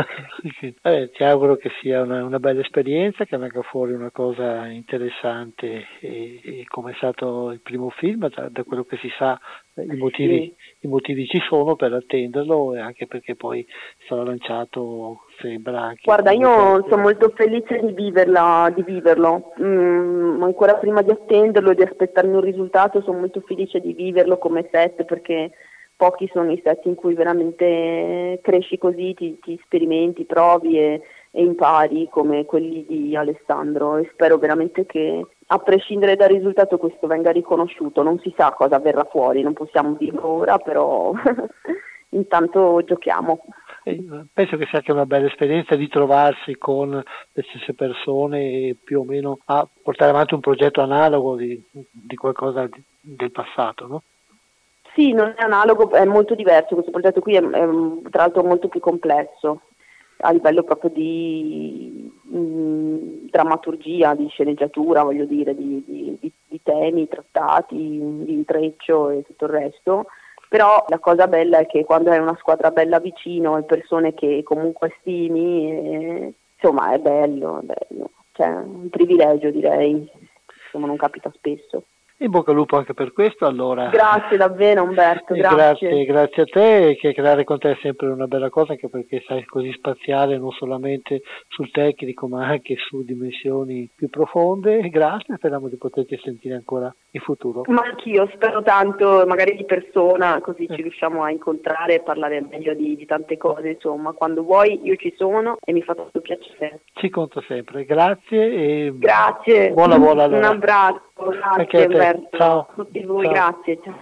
Vabbè, ti auguro che sia una, una bella esperienza, che venga fuori una cosa interessante, e, e come è stato il primo film, da, da quello che si sa i motivi, sì. i motivi ci sono per attenderlo, e anche perché poi sarà lanciato, sembra che Guarda, io comunque- sono molto felice di viverla, di viverlo. Mm, ancora prima di attenderlo e di aspettarmi un risultato, sono molto felice di viverlo come set, perché pochi sono i set in cui veramente cresci così, ti, ti sperimenti, provi e, e impari come quelli di Alessandro, e spero veramente che, a prescindere dal risultato, questo venga riconosciuto. Non si sa cosa verrà fuori, non possiamo dirlo ora, però intanto giochiamo. Penso che sia anche una bella esperienza di trovarsi con le stesse persone e più o meno a portare avanti un progetto analogo di, di qualcosa di, del passato, no? Sì, non è analogo, è molto diverso. Questo progetto qui è, è tra l'altro molto più complesso a livello proprio di mh, drammaturgia, di sceneggiatura, voglio dire, di, di, di, di temi trattati, di intreccio e tutto il resto. Però la cosa bella è che quando hai una squadra bella vicino e persone che comunque stimi, eh, insomma è bello, è bello. Cioè, un privilegio, direi, insomma non capita spesso. In bocca al lupo anche per questo, allora. Grazie davvero Umberto, grazie. grazie. Grazie a te, chiacchierare con te è sempre una bella cosa, anche perché sai così spaziare non solamente sul tecnico ma anche su dimensioni più profonde. Grazie, speriamo di poterti sentire ancora in futuro. Ma anch'io spero tanto, magari di persona, così eh. ci riusciamo a incontrare e parlare meglio di, di tante cose, insomma, quando vuoi io ci sono e mi fa tutto piacere. Ci conto sempre, grazie e grazie. buon lavoro allora. Un abbraccio, grazie Umberto, ciao. a tutti voi, ciao. grazie. Ciao.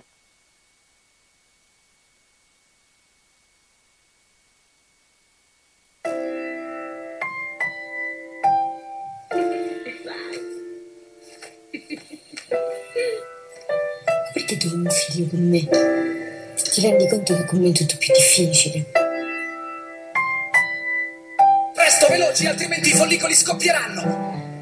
Perché tu non fidi con me? Se ti rendi conto che con me è tutto più difficile. Presto, veloci, altrimenti i follicoli scoppieranno!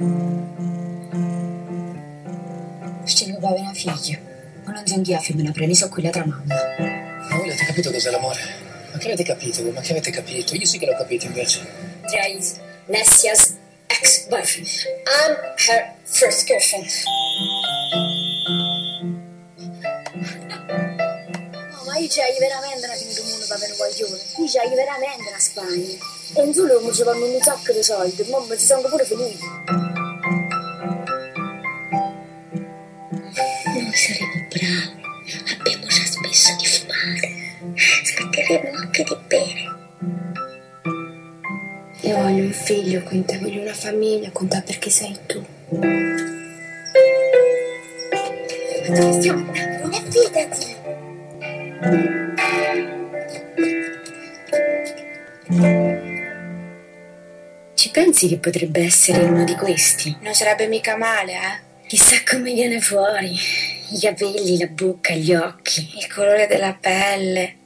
C'è mio papà e una figlia. Ma non so anch'io a femmina preni, so quella tra mamma. Ma voi avete capito cos'è l'amore? Ma che avete capito? Ma che avete capito? Io sì che l'ho capito invece. Jay is Nessia's ex-boyfriend. I'm her first girlfriend. No, ma io c'hai veramente una finita un mondo per un guaglione. Io c'hai veramente una Spagna. E in solo mi ci vanno un sacco di soldi, ma mi si sono pure finiti. Noi saremo bravi, abbiamo già smesso di fumare, smetteremo anche di bere. Io voglio un figlio con te, voglio una famiglia con te perché sei tu. Ma dove stiamo andando? Non è fidati! Ci pensi che potrebbe essere uno di questi? Non sarebbe mica male, eh? Chissà come viene fuori. I capelli, la bocca, gli occhi. Il colore della pelle.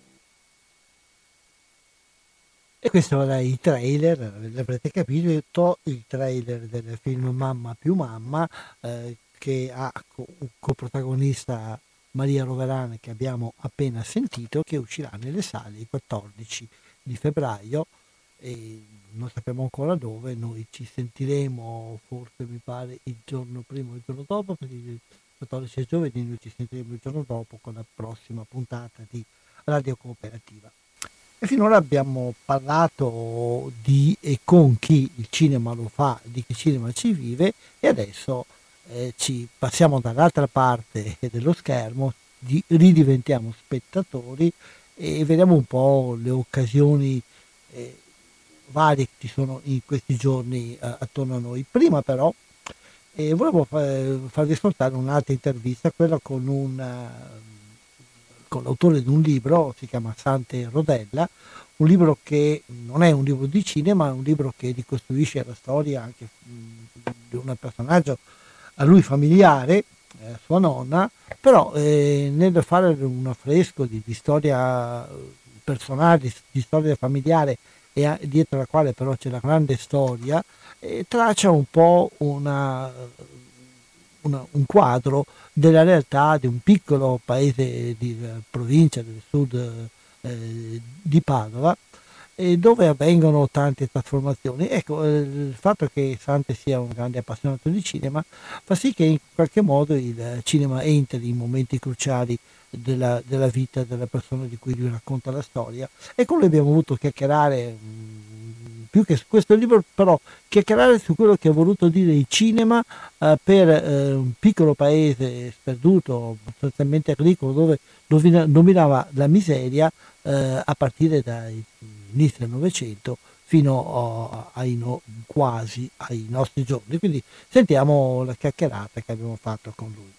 E questo era il trailer, l'avrete capito, il trailer del film Mamma più Mamma, eh, che ha co- coprotagonista Maria Roverane, che abbiamo appena sentito, che uscirà nelle sale il quattordici di febbraio. E non sappiamo ancora dove, noi ci sentiremo forse mi pare il giorno prima o il giorno dopo, perché il quattordici è giovedì, noi ci sentiremo il giorno dopo con la prossima puntata di Radio Cooperativa. E finora abbiamo parlato di e con chi il cinema lo fa, di che cinema ci vive, e adesso eh, ci passiamo dall'altra parte dello schermo, di, ridiventiamo spettatori e vediamo un po' le occasioni eh, varie che ci sono in questi giorni eh, attorno a noi. Prima però eh, volevo fa- farvi ascoltare un'altra intervista, quella con, un, uh, con l'autore di un libro, si chiama Sante Rodella, un libro che non è un libro di cinema, è un libro che ricostruisce la storia anche mh, di un personaggio a lui familiare, eh, sua nonna, però eh, nel fare un affresco di, di storia personale, di, di storia familiare, e dietro la quale però c'è la grande storia, e traccia un po' una, una, un quadro della realtà di un piccolo paese di uh, provincia del sud eh, di Padova, e dove avvengono tante trasformazioni. Ecco, eh, il fatto che Sante sia un grande appassionato di cinema fa sì che in qualche modo il cinema entri in momenti cruciali della, della vita della persona di cui lui racconta la storia. E con lui abbiamo voluto chiacchierare mh, più che su questo libro, però chiacchierare su quello che ha voluto dire il cinema eh, per eh, un piccolo paese sperduto, sostanzialmente agricolo, dove domina, dominava la miseria eh, a partire dai inizi del Novecento fino oh, ai no, quasi ai nostri giorni. Quindi sentiamo la chiacchierata che abbiamo fatto con lui.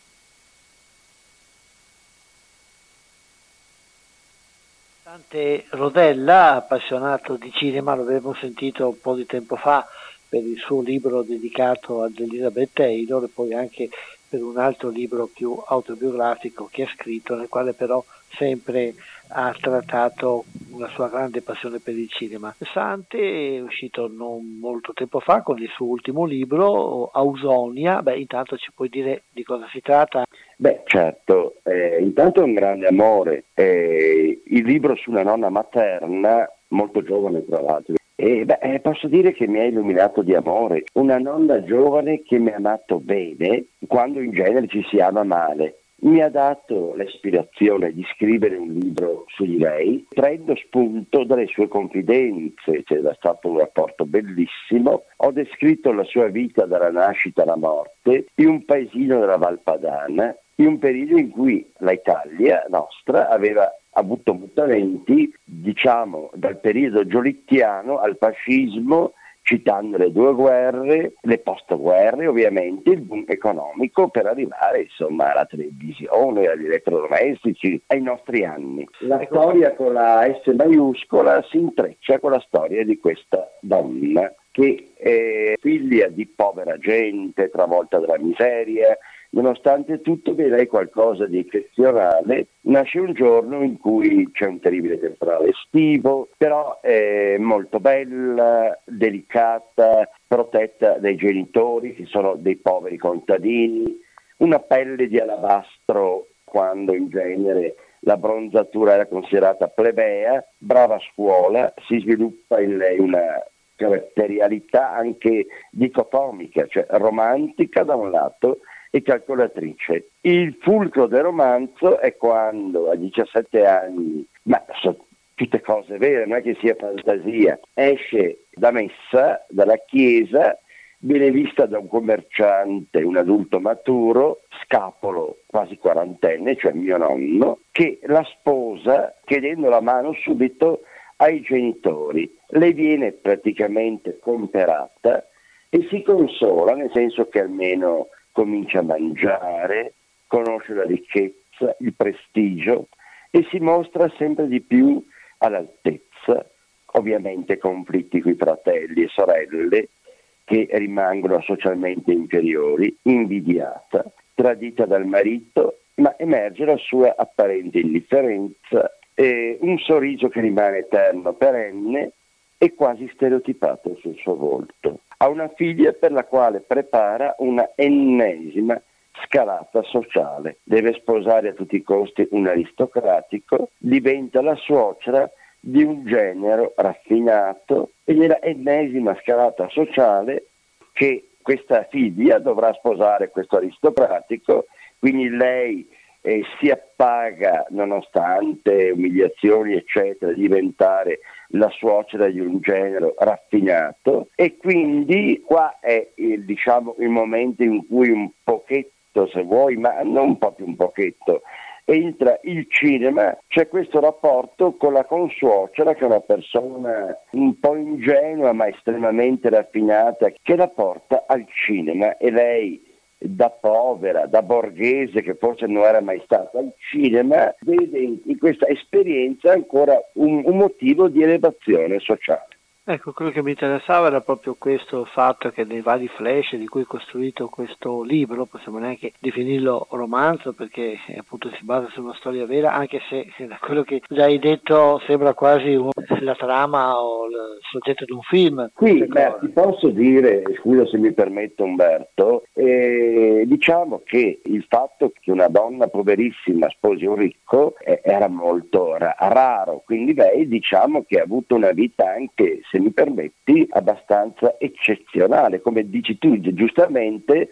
Dante Rodella, appassionato di cinema, l'abbiamo sentito un po' di tempo fa per il suo libro dedicato ad Elizabeth Taylor e poi anche per un altro libro più autobiografico che ha scritto, nel quale però sempre ha trattato una sua grande passione per il cinema. Sante è uscito non molto tempo fa con il suo ultimo libro, Ausonia. Beh, intanto ci puoi dire di cosa si tratta? Beh, certo, eh, intanto è un grande amore, eh, il libro sulla nonna materna, molto giovane tra l'altro, e beh, posso dire che mi ha illuminato di amore, una nonna giovane che mi ha amato bene, quando in genere ci si ama male. Mi ha dato l'ispirazione di scrivere un libro su di lei, prendo spunto dalle sue confidenze, c'era stato un rapporto bellissimo, ho descritto la sua vita dalla nascita alla morte in un paesino della Valpadana, in un periodo in cui l'Italia nostra aveva avuto mutamenti, diciamo, dal periodo giolittiano al fascismo, citando le due guerre, le post-guerre ovviamente, il boom economico per arrivare insomma alla televisione, agli elettrodomestici, ai nostri anni. La storia con la S maiuscola si intreccia con la storia di questa donna che è figlia di povera gente, travolta dalla miseria. Nonostante tutto, per lei qualcosa di eccezionale. Nasce un giorno in cui c'è un terribile temporale estivo, però è molto bella, delicata, protetta dai genitori che sono dei poveri contadini, una pelle di alabastro quando in genere la bronzatura era considerata plebea, brava a scuola, si sviluppa in lei una caratterialità anche dicotomica, cioè romantica da un lato e calcolatrice. Il fulcro del romanzo è quando a diciassette anni, ma sono tutte cose vere, non è che sia fantasia, esce da messa, dalla chiesa, viene vista da un commerciante, un adulto maturo, scapolo, quasi quarantenne, cioè mio nonno, che la sposa chiedendo la mano subito ai genitori. Lei viene praticamente comperata e si consola, nel senso che almeno comincia a mangiare, conosce la ricchezza, il prestigio e si mostra sempre di più all'altezza, ovviamente conflitti con i fratelli e sorelle che rimangono socialmente inferiori, invidiata, tradita dal marito, ma emerge la sua apparente indifferenza, e un sorriso che rimane eterno, perenne e quasi stereotipato sul suo volto. Ha una figlia per la quale prepara una ennesima scalata sociale. Deve sposare a tutti i costi un aristocratico, diventa la suocera di un genero raffinato e nella ennesima scalata sociale che questa figlia dovrà sposare questo aristocratico, quindi lei eh, si appaga nonostante umiliazioni eccetera, diventare la suocera di un genero raffinato e quindi qua è il, diciamo, il momento in cui un pochetto, se vuoi, ma non proprio un pochetto, entra il cinema, c'è questo rapporto con la consuocera che è una persona un po' ingenua ma estremamente raffinata che la porta al cinema e lei da povera, da borghese che forse non era mai stata al cinema, vede in, in questa esperienza ancora un, un motivo di elevazione sociale. Ecco, quello che mi interessava era proprio questo fatto che nei vari flash di cui è costruito questo libro, possiamo neanche definirlo romanzo perché appunto si basa su una storia vera, anche se da quello che già hai detto sembra quasi un, la trama o il soggetto di un film. Qui beh, ti posso dire, scusa se mi permetto Umberto, eh, diciamo che il fatto che una donna poverissima sposi un ricco eh, era molto ra- raro, quindi lei diciamo che ha avuto una vita anche, se mi permetti, abbastanza eccezionale. Come dici tu giustamente,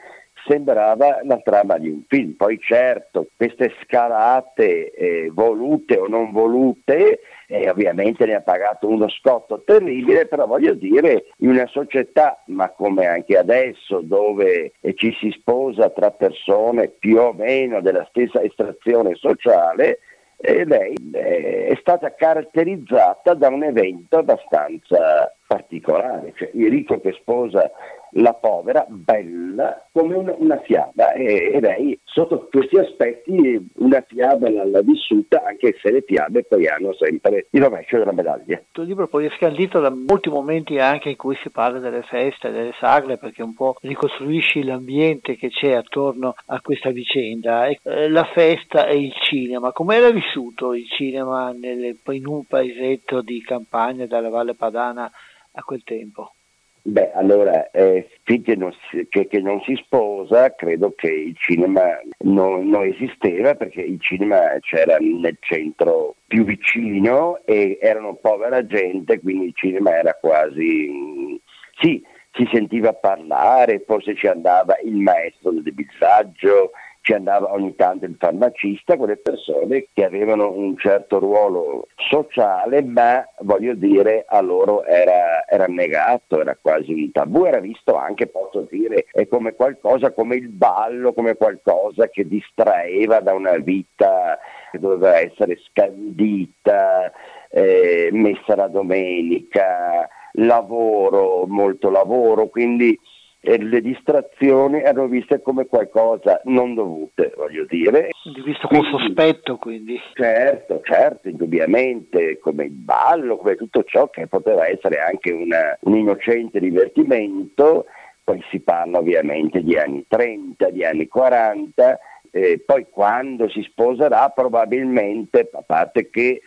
sembrava la trama di un film. Poi certo, queste scalate eh, volute o non volute, eh, ovviamente ne ha pagato uno scotto terribile, però voglio dire, in una società, ma come anche adesso, dove eh, ci si sposa tra persone più o meno della stessa estrazione sociale, e lei è stata caratterizzata da un evento abbastanza particolare, cioè il ricco che sposa la povera, bella, come una, una fiaba, e, e lei sotto questi aspetti una fiaba l'ha vissuta, anche se le fiabe poi hanno sempre il rovescio della medaglia. Il tuo libro poi è scandito da molti momenti anche in cui si parla delle feste, delle sagre, perché un po' ricostruisci l'ambiente che c'è attorno a questa vicenda. E, la festa e il cinema, come era vissuto il cinema nelle, in un paesetto di campagna dalla Valle Padana a quel tempo? Beh, allora, eh, finché non si, che, che non si sposa, credo che il cinema non, non esisteva, perché il cinema c'era nel centro più vicino e erano povera gente, quindi il cinema era quasi... Sì, si sentiva parlare, forse ci andava il maestro del debisaggio, ci andava ogni tanto il farmacista, quelle persone che avevano un certo ruolo sociale, ma voglio dire a loro era, era negato, era quasi un tabù, era visto anche, posso dire, è come qualcosa, come il ballo, come qualcosa che distraeva da una vita che doveva essere scandita, eh, messa la domenica, lavoro, molto lavoro, quindi e le distrazioni erano viste come qualcosa non dovute, voglio dire. Visto con sospetto, quindi. Certo, certo, indubbiamente, come il ballo, come tutto ciò che poteva essere anche una, un innocente divertimento. Poi si parla ovviamente di anni trenta, di anni quaranta, eh, poi quando si sposerà probabilmente, a parte che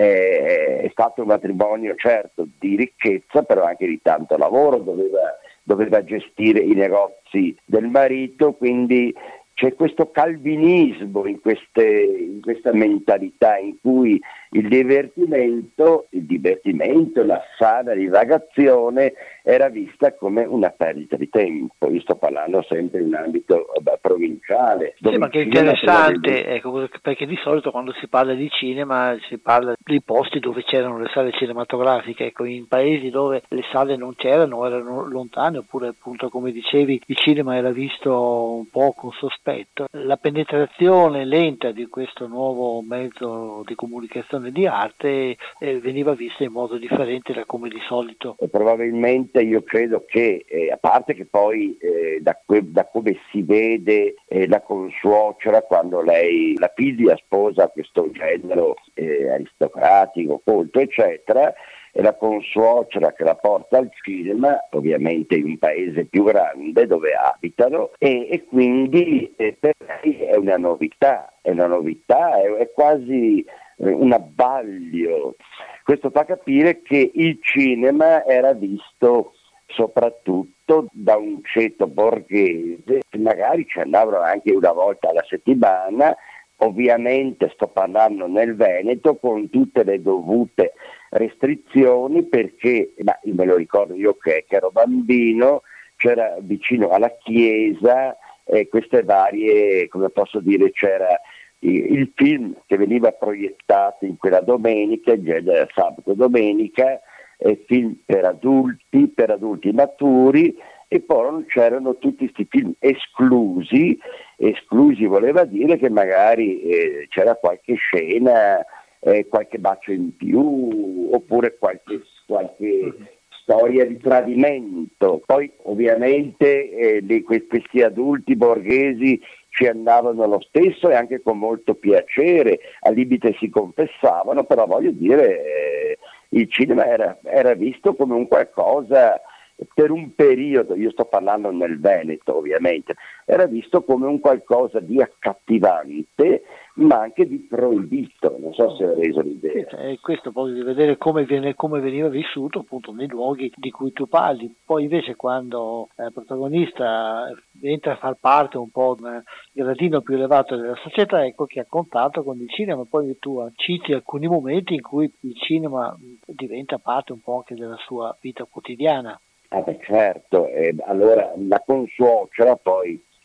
eh, è stato un matrimonio certo di ricchezza, però anche di tanto lavoro, doveva doveva gestire i negozi del marito, quindi c'è questo calvinismo in, queste, in questa mentalità in cui il divertimento, il divertimento, la sana divagazione era vista come una perdita di tempo. Io sto parlando sempre in un ambito beh, provinciale. Sì, ma che è interessante, ecco, perché di solito quando si parla di cinema si parla di posti dove c'erano le sale cinematografiche, ecco, in paesi dove le sale non c'erano, erano lontane, oppure appunto come dicevi il cinema era visto un po' con sospetto. La penetrazione lenta di questo nuovo mezzo di comunicazione di arte eh, veniva vista in modo differente da come di solito. E probabilmente io credo che, eh, a parte che poi eh, da, que- da come si vede eh, la consuocera quando lei, la figlia sposa questo genero eh, aristocratico, colto, eccetera, e la consuocera che la porta al cinema, ovviamente in un paese più grande dove abitano, e, e quindi eh, per lei è una novità, è una novità, è, è quasi eh, un abbaglio. Questo fa capire che il cinema era visto soprattutto da un ceto borghese, che magari ci andavano anche una volta alla settimana. Ovviamente sto parlando nel Veneto con tutte le dovute restrizioni, perché ma me lo ricordo io che, che ero bambino, c'era vicino alla chiesa eh, queste varie, come posso dire, c'era il, il film che veniva proiettato in quella domenica, il genere sabato domenica, eh, film per adulti, per adulti maturi, e poi c'erano tutti questi film esclusi. Esclusi voleva dire che magari eh, c'era qualche scena, eh, qualche bacio in più, oppure qualche, qualche storia di tradimento. Poi ovviamente eh, di questi adulti borghesi ci andavano lo stesso e anche con molto piacere, al limite si confessavano, però voglio dire eh, il cinema era, era visto come un qualcosa, per un periodo, io sto parlando nel Veneto ovviamente, era visto come un qualcosa di accattivante ma anche di proibito, non so se ho reso l'idea. Sì, è questo poi di vedere come, viene, come veniva vissuto appunto nei luoghi di cui tu parli. Poi invece quando il protagonista entra a far parte un po' del gradino più elevato della società, ecco che ha contatto con il cinema. Poi tu citi alcuni momenti in cui il cinema diventa parte un po' anche della sua vita quotidiana. Ah beh certo, eh, allora la consuocera poi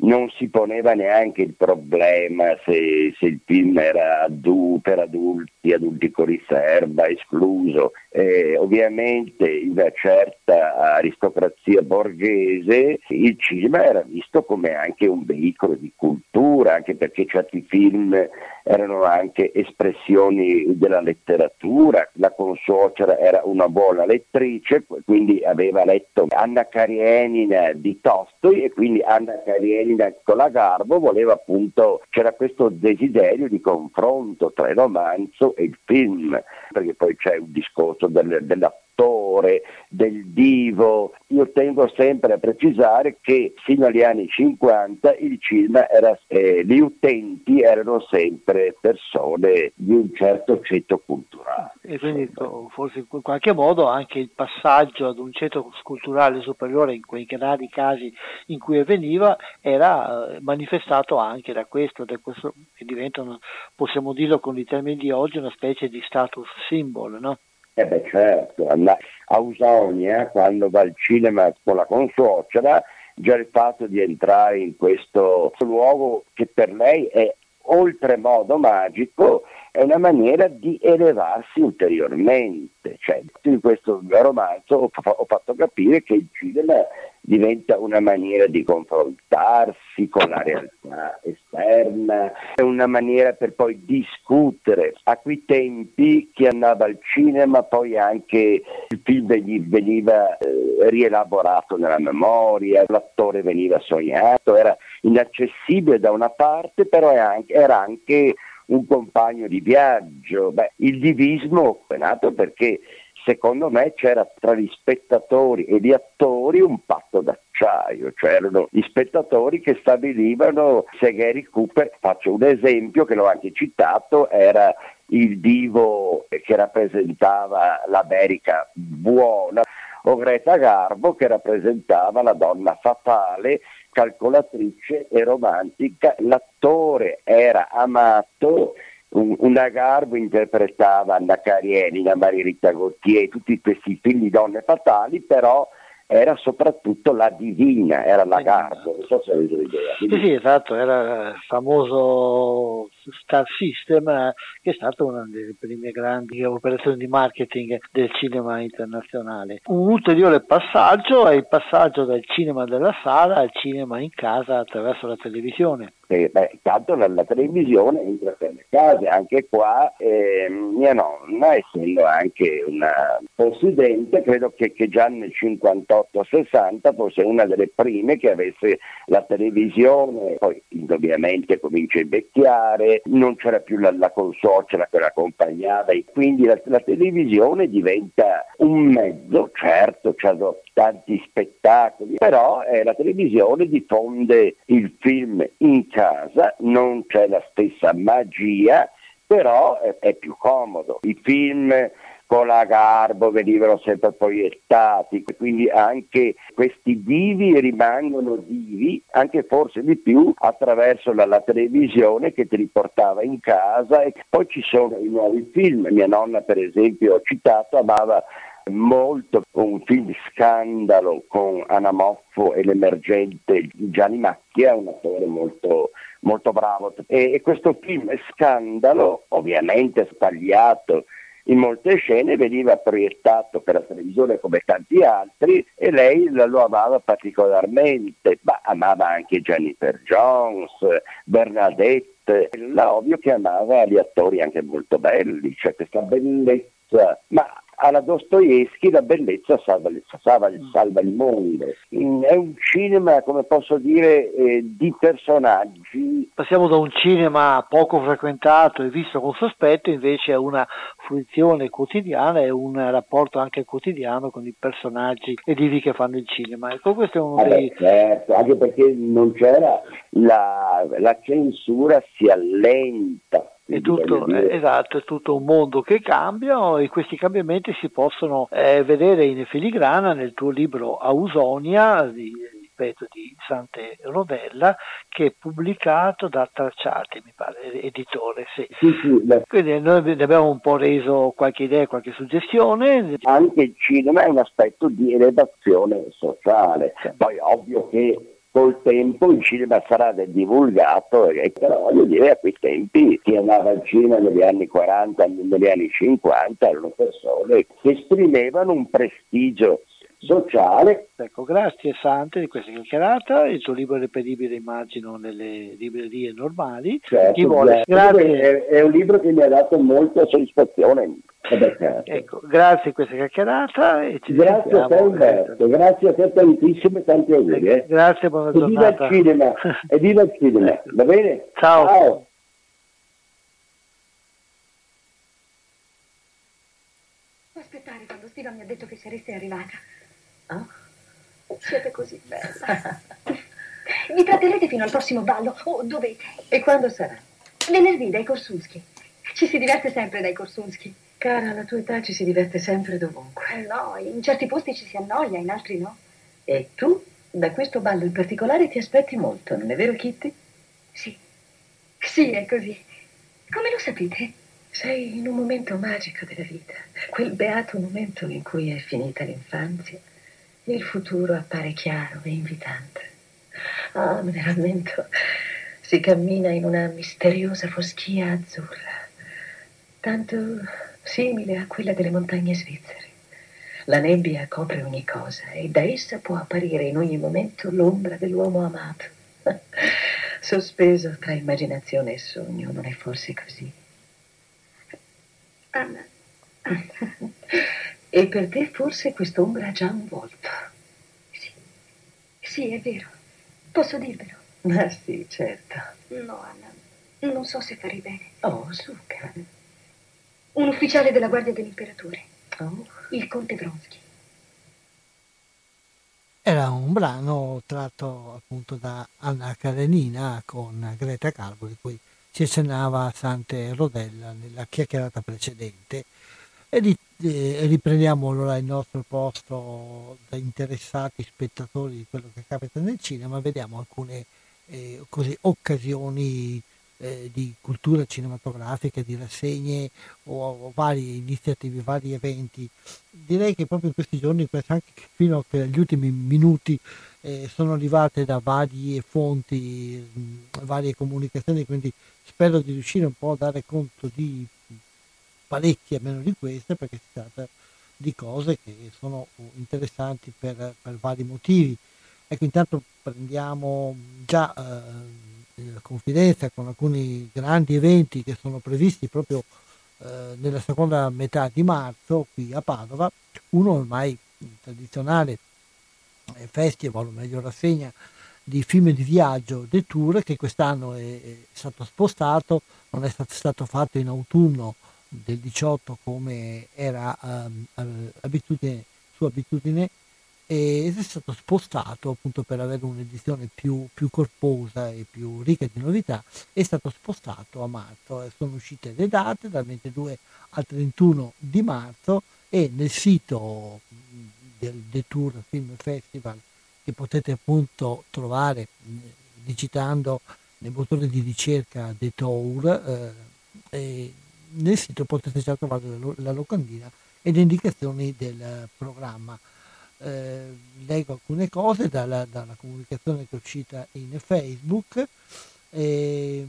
non si poneva neanche il problema se, se il film era adu- per adulti, adulti con riserva, escluso. Eh, ovviamente in una certa aristocrazia borghese il cinema era visto come anche un veicolo di cultura, anche perché certi film erano anche espressioni della letteratura. La consuocera era una buona lettrice, quindi aveva letto Anna Karenina di Tolstoj, e quindi Anna Karenina con la Garbo voleva appunto, c'era questo desiderio di confronto tra il romanzo e il film, perché poi c'è un discorso del, dell'attore, del divo. Io tengo sempre a precisare che fino agli anni cinquanta il cinema era, eh, gli utenti erano sempre persone di un certo ceto culturale. E quindi forse in qualche modo anche il passaggio ad un ceto culturale superiore in quei rari casi in cui avveniva era manifestato anche da questo, da questo che diventano, possiamo dirlo con i termini di oggi, una specie di status symbol, no? Eh beh certo, a Ausonia quando va al cinema con la consuocera, già il fatto di entrare in questo luogo che per lei è oltremodo magico è una maniera di elevarsi ulteriormente. Cioè, in questo romanzo ho, ho fatto capire che il cinema diventa una maniera di confrontarsi con la realtà esterna, è una maniera per poi discutere. A quei tempi chi andava al cinema poi anche il film veniva eh, rielaborato nella memoria, l'attore veniva sognato, era inaccessibile da una parte, però era anche, era anche un compagno di viaggio. Beh, il divismo è nato perché secondo me c'era tra gli spettatori e gli attori un patto d'acciaio, cioè erano gli spettatori che stabilivano se Gary Cooper, faccio un esempio che l'ho anche citato, era il divo che rappresentava l'America buona, o Greta Garbo che rappresentava la donna fatale, calcolatrice e romantica. L'attore era amato, una Garbo interpretava Anna Karenina, Maria Rita Gautier, tutti questi film di donne fatali, però era soprattutto la divina, era la Garbo, non so se avete l'idea. Quindi... Sì, sì, esatto, era il famoso Star System, che è stata una delle prime grandi operazioni di marketing del cinema internazionale. Un ulteriore passaggio è il passaggio dal cinema della sala al cinema in casa attraverso la televisione. Eh, beh, tanto la, la televisione entra per le case, anche qua eh, mia nonna, essendo anche una possidente, credo che, che già nel cinquantotto sessanta fosse una delle prime che avesse la televisione. Poi ovviamente comincia a invecchiare, non c'era più la, la consuocera che l'accompagnava, e quindi la, la televisione diventa un mezzo. Certo, c'hanno tanti spettacoli, però eh, la televisione diffonde il film in casa, non c'è la stessa magia, però è, è più comodo. I film con la Garbo venivano sempre proiettati, quindi anche questi divi rimangono divi, anche forse di più, attraverso la, la televisione che ti riportava in casa. E poi ci sono i nuovi film. Mia nonna, per esempio, ho citato, amava molto un film di Scandalo con Anna Moffo e l'emergente Gianni Macchia, un attore molto molto bravo, e, e questo film Scandalo, ovviamente sbagliato in molte scene, veniva proiettato per la televisione come tanti altri, e lei lo amava particolarmente, ma amava anche Jennifer Jones, Bernadette. Era ovvio che amava gli attori anche molto belli, cioè questa bellezza, ma alla Dostoevskij la bellezza salva, salva, salva il mondo. È un cinema, come posso dire, eh, di personaggi. Passiamo da un cinema poco frequentato e visto con sospetto invece a una fruizione quotidiana e un rapporto anche quotidiano con i personaggi e divi che fanno il cinema. Ecco, questo è uno ah dei... beh, certo, anche perché non c'era la, la censura, si allenta. È tutto, eh, esatto, è tutto un mondo che cambia, e questi cambiamenti si possono eh, vedere in filigrana nel tuo libro Ausonia, di, ripeto, di Sante Rodella, che è pubblicato da Tracciati, mi pare, editore. Sì. Sì, sì, Quindi noi ne abbiamo un po' reso qualche idea, qualche suggestione. Anche il cinema è un aspetto di elevazione sociale. Sì. Poi ovvio che col tempo il cinema sarà divulgato, e però voglio dire, a quei tempi chi andava al cinema negli anni quaranta, negli anni cinquanta erano persone che esprimevano un prestigio sociale. Ecco, grazie Sante di questa chiacchierata. Il tuo libro è reperibile, immagino, nelle librerie normali. Certo, Chi vuole, grazie. È, è un libro che mi ha dato molta soddisfazione. Ecco, grazie di questa chiacchierata e ci grazie a te Umberto, grazie a te tantissimo e tanti auguri. Eh. Grazie, buona e giornata. Viva il cinema, e viva il cinema, va bene? Ciao. Ciao. Aspettare quando Stiva mi ha detto che sareste arrivata. Oh, siete così bella. Vi tratterete fino al prossimo ballo, o oh, dovete. E quando sarà? Venerdì dai Korsunski. Ci si diverte sempre dai Korsunski. Cara, alla tua età ci si diverte sempre dovunque. Eh no, in certi posti ci si annoia, in altri no. E tu, da questo ballo in particolare, ti aspetti molto, non è vero, Kitty? Sì, sì, è così. Come lo sapete? Sei in un momento magico della vita, quel beato momento in cui è finita l'infanzia e il futuro appare chiaro e invitante. Ah, me ne rammento. Si cammina in una misteriosa foschia azzurra, tanto simile a quella delle montagne svizzere. La nebbia copre ogni cosa e da essa può apparire in ogni momento l'ombra dell'uomo amato. Sospeso tra immaginazione e sogno, non è forse così? Anna. Anna. E per te forse quest'ombra ha già un volto. Sì, sì, è vero. Posso dirvelo? Ma sì, certo. No, Anna, non so se farei bene. Oh, su, cara. Un ufficiale della Guardia dell'Imperatore. Oh. Il conte Vronsky. Era un brano tratto appunto da Anna Karenina con Greta Garbo, di cui ci accennava Sante Rodella nella chiacchierata precedente. E ri, eh, riprendiamo allora il nostro posto da interessati spettatori di quello che capita nel cinema. Vediamo alcune eh, così, occasioni eh, di cultura cinematografica, di rassegne o, o varie iniziative, vari eventi. Direi che proprio in questi giorni, anche fino agli ultimi minuti, eh, sono arrivate da varie fonti, mh, varie comunicazioni, quindi spero di riuscire un po' a dare conto di parecchie, almeno di queste, perché si tratta di cose che sono interessanti per, per vari motivi. Ecco, intanto prendiamo già eh, confidenza con alcuni grandi eventi che sono previsti proprio eh, nella seconda metà di marzo qui a Padova. Uno ormai tradizionale festival, o meglio rassegna di film di viaggio The Tour, che quest'anno è, è stato spostato, non è stato, stato fatto in autunno del diciotto come era um, abitudine, sua abitudine, ed è stato spostato appunto per avere un'edizione più, più corposa e più ricca di novità. È stato spostato a marzo, sono uscite le date dal ventidue al trentuno di marzo, e nel sito del The Tour Film Festival, che potete appunto trovare digitando nel motore di ricerca The Tour, eh, e nel sito potete già trovare la, la locandina e le indicazioni del programma. Eh, leggo alcune cose dalla, dalla comunicazione che è uscita in Facebook. E,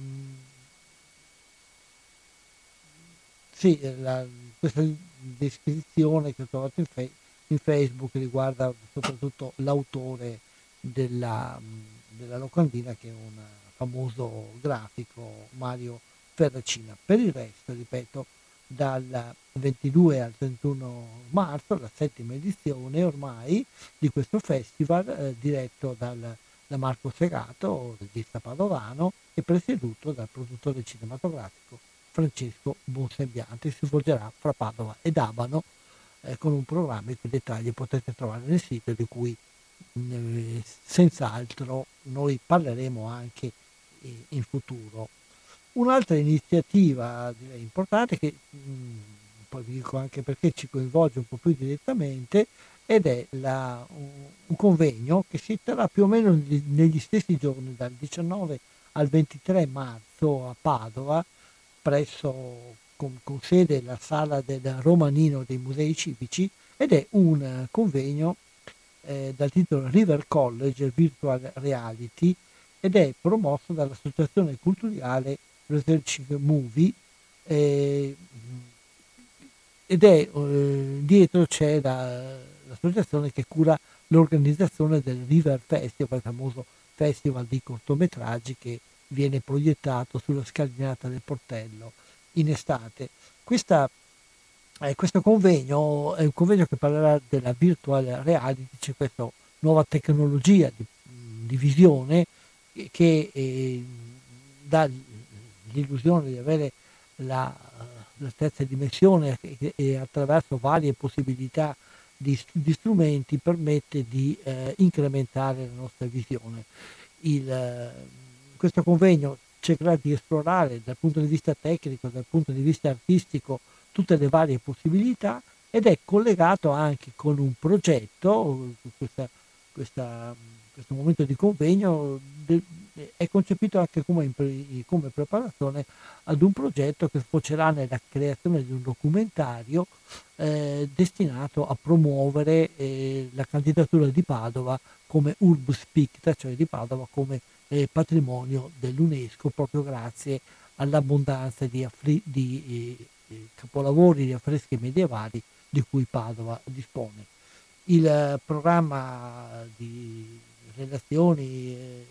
sì, la, questa descrizione che ho trovato in, fe, in Facebook riguarda soprattutto l'autore della, della locandina, che è un famoso grafico, Mario Ferracina. Per il resto, ripeto, dal ventidue al trentuno marzo, la settima edizione ormai di questo festival, eh, diretto dal, da Marco Segato, regista padovano, e presieduto dal produttore cinematografico Francesco Bonsembiante. Si svolgerà fra Padova ed Abano, eh, con un programma i cui dettagli potete trovare nel sito, di cui eh, senz'altro noi parleremo anche eh, in futuro. Un'altra iniziativa, direi, importante, che mh, poi vi dico anche perché ci coinvolge un po' più direttamente, ed è la, un, un convegno che si terrà più o meno negli stessi giorni, dal diciannove al ventitré marzo a Padova, presso con, con sede la sala del Romanino dei Musei Civici, ed è un convegno eh, dal titolo River College Virtual Reality ed è promosso dall'associazione culturale Researching Movie eh, ed è eh, dietro c'è la, l'associazione che cura l'organizzazione del River Festival, il famoso festival di cortometraggi che viene proiettato sulla scalinata del Portello in estate. Questa, eh, questo convegno è un convegno che parlerà della virtual reality, c'è questa nuova tecnologia di, di visione che eh, dà l'illusione di avere la, la terza dimensione e, e attraverso varie possibilità di, di strumenti permette di eh, incrementare la nostra visione. Il, questo convegno cercherà di esplorare dal punto di vista tecnico, dal punto di vista artistico, tutte le varie possibilità ed è collegato anche con un progetto, questa, questa, questo momento di convegno de, è concepito anche come, come preparazione ad un progetto che sfocerà nella creazione di un documentario eh, destinato a promuovere eh, la candidatura di Padova come Urbus Picta, cioè di Padova come eh, patrimonio dell'UNESCO, proprio grazie all'abbondanza di, affri- di eh, capolavori di affreschi medievali di cui Padova dispone. Il eh, programma di relazioni, eh,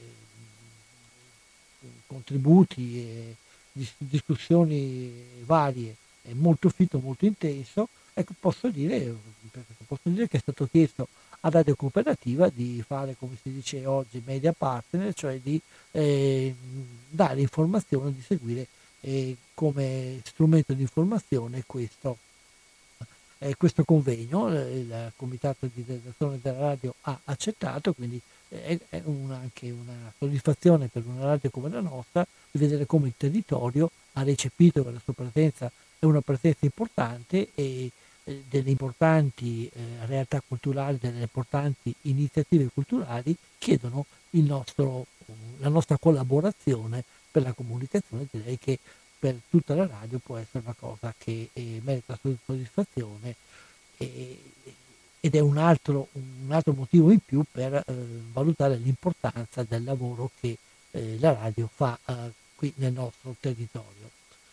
contributi e dis- discussioni varie è molto fitto, molto intenso. Ecco, posso dire, posso dire che è stato chiesto a Radio Cooperativa di fare, come si dice oggi, media partner, cioè di eh, dare informazione, di seguire eh, come strumento di informazione questo, eh, questo convegno. Il comitato di redazione della radio ha accettato, quindi è, è una, anche una soddisfazione per una radio come la nostra di vedere come il territorio ha recepito che la sua presenza è una presenza importante e eh, delle importanti eh, realtà culturali, delle importanti iniziative culturali chiedono il nostro, la nostra collaborazione per la comunicazione. Direi che per tutta la radio può essere una cosa che eh, merita soddisfazione e, ed è un altro, un altro motivo in più per eh, valutare l'importanza del lavoro che eh, la radio fa eh, qui nel nostro territorio.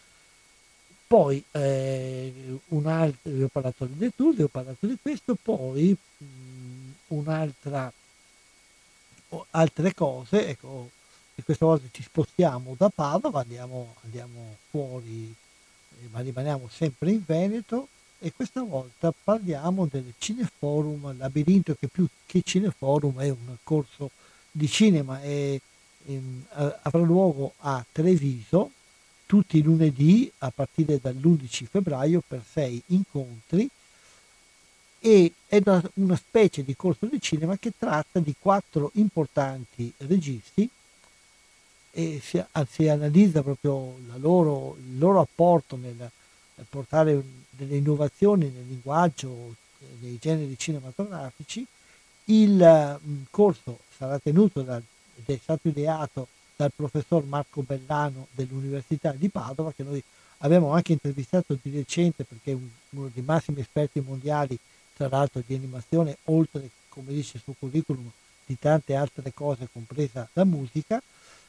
Poi eh, un altro, vi ho parlato di letture, vi ho parlato di questo, poi mh, un'altra altre cose, ecco, e questa volta ci spostiamo da Padova, andiamo, andiamo fuori, eh, ma rimaniamo sempre in Veneto e questa volta parliamo del Cineforum Labirinto, che più che Cineforum è un corso di cinema e ehm, avrà luogo a Treviso tutti i lunedì a partire dall'undici febbraio per sei incontri e è una specie di corso di cinema che tratta di quattro importanti registi e si, si analizza proprio la loro, il loro apporto nel, nel portare delle innovazioni nel linguaggio dei generi cinematografici. Il mh, corso sarà tenuto da, ed è stato ideato dal professor Marco Bellano dell'Università di Padova, che noi abbiamo anche intervistato di recente perché è un, uno dei massimi esperti mondiali, tra l'altro di animazione, oltre, come dice il suo curriculum, di tante altre cose, compresa la musica.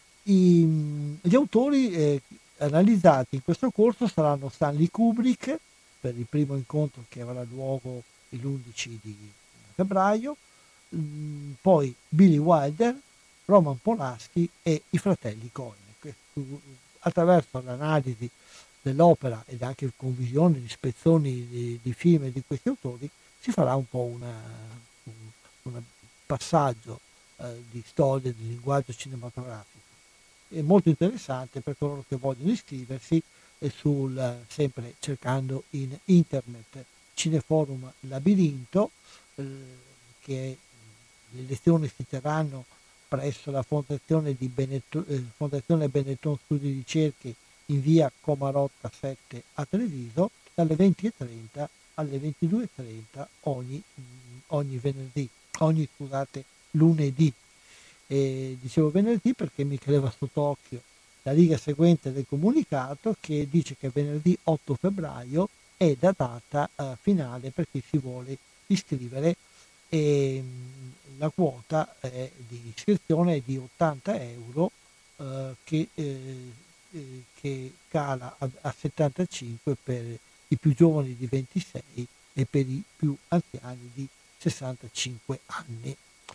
I, gli autori eh, analizzati in questo corso saranno Stanley Kubrick, per il primo incontro che avrà luogo l'undici di febbraio, mh, poi Billy Wilder, Roman Polanski e i fratelli Coen. Attraverso l'analisi dell'opera ed anche con visioni di spezzoni di, di film di questi autori si farà un po' una, un, un passaggio eh, di storia, di linguaggio cinematografico. È molto interessante per coloro che vogliono iscriversi e sul, sempre cercando in internet Cineforum Labirinto, eh, che le lezioni si terranno presso la Fondazione, di Benetton, eh, Fondazione Benetton Studi di Ricerche in via Comarotta sette a Treviso, dalle venti e trenta alle ventidue e trenta ogni, ogni venerdì, ogni scusate, lunedì. E dicevo venerdì perché mi cadeva sott'occhio la riga seguente del comunicato che dice che venerdì otto febbraio è la data uh, finale per chi si vuole iscrivere e la quota è di iscrizione è di ottanta euro, eh, che, eh, eh, che cala a, a settantacinque per i più giovani di ventisei e per i più anziani di sessantacinque anni.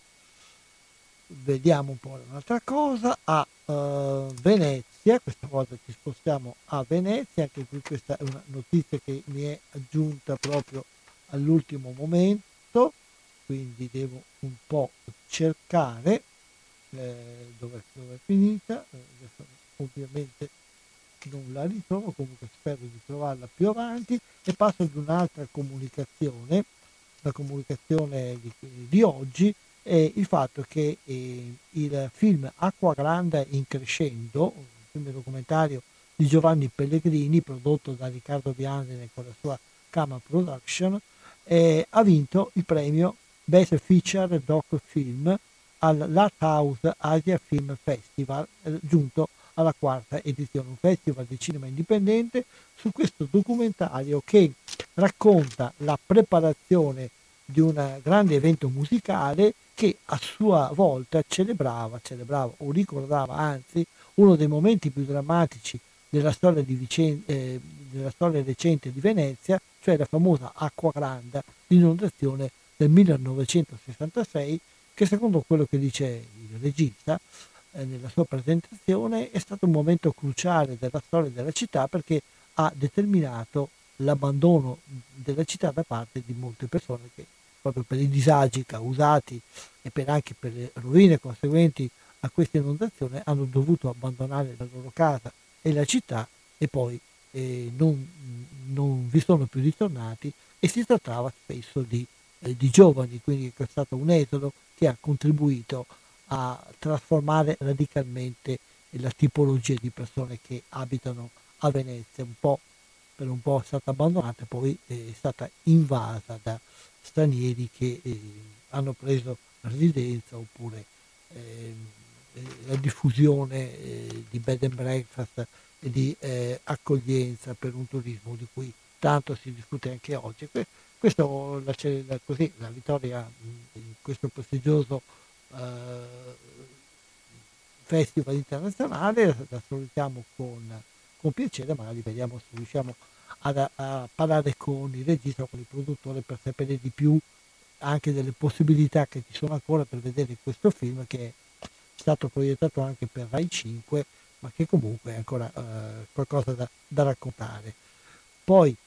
Vediamo un po' un'altra cosa. A uh, Venezia, questa volta ci spostiamo a Venezia, anche qui questa è una notizia che mi è aggiunta proprio all'ultimo momento, quindi devo un po' cercare eh, dove, dove è finita. Eh, adesso ovviamente non la ritrovo, comunque spero di trovarla più avanti, e passo ad un'altra comunicazione, la comunicazione di, di oggi è il fatto che eh, il film Acqua Grande in Crescendo, un film documentario di Giovanni Pellegrini prodotto da Riccardo Biandine con la sua Kama Production, eh, ha vinto il premio Best Feature Doc Film al Lighthouse Asia Film Festival, eh, giunto alla quarta edizione, un festival di cinema indipendente, su questo documentario che racconta la preparazione di un grande evento musicale che a sua volta celebrava, celebrava o ricordava anzi uno dei momenti più drammatici della storia, di Vicen- eh, della storia recente di Venezia, cioè la famosa Acqua Grande, l'inondazione del millenovecentosessantasei, che secondo quello che dice il regista eh, nella sua presentazione è stato un momento cruciale della storia della città, perché ha determinato l'abbandono della città da parte di molte persone che proprio per i disagi causati e per anche per le rovine conseguenti a questa inondazione hanno dovuto abbandonare la loro casa e la città, e poi eh, non, non vi sono più ritornati, e si trattava spesso di, eh, di giovani, quindi è stato un esodo che ha contribuito a trasformare radicalmente la tipologia di persone che abitano a Venezia. Un po' per un po' è stata abbandonata, poi è stata invasa da stranieri che eh, hanno preso residenza, oppure eh, la diffusione eh, di bed and breakfast e di eh, accoglienza per un turismo di cui tanto si discute anche oggi. Questo, la, la, così, la vittoria in questo prestigioso eh, festival internazionale la salutiamo con, con piacere, magari vediamo se riusciamo A, a parlare con il regista o con il produttore per sapere di più anche delle possibilità che ci sono ancora per vedere questo film, che è stato proiettato anche per Rai cinque, ma che comunque è ancora eh, qualcosa da, da raccontare. Poi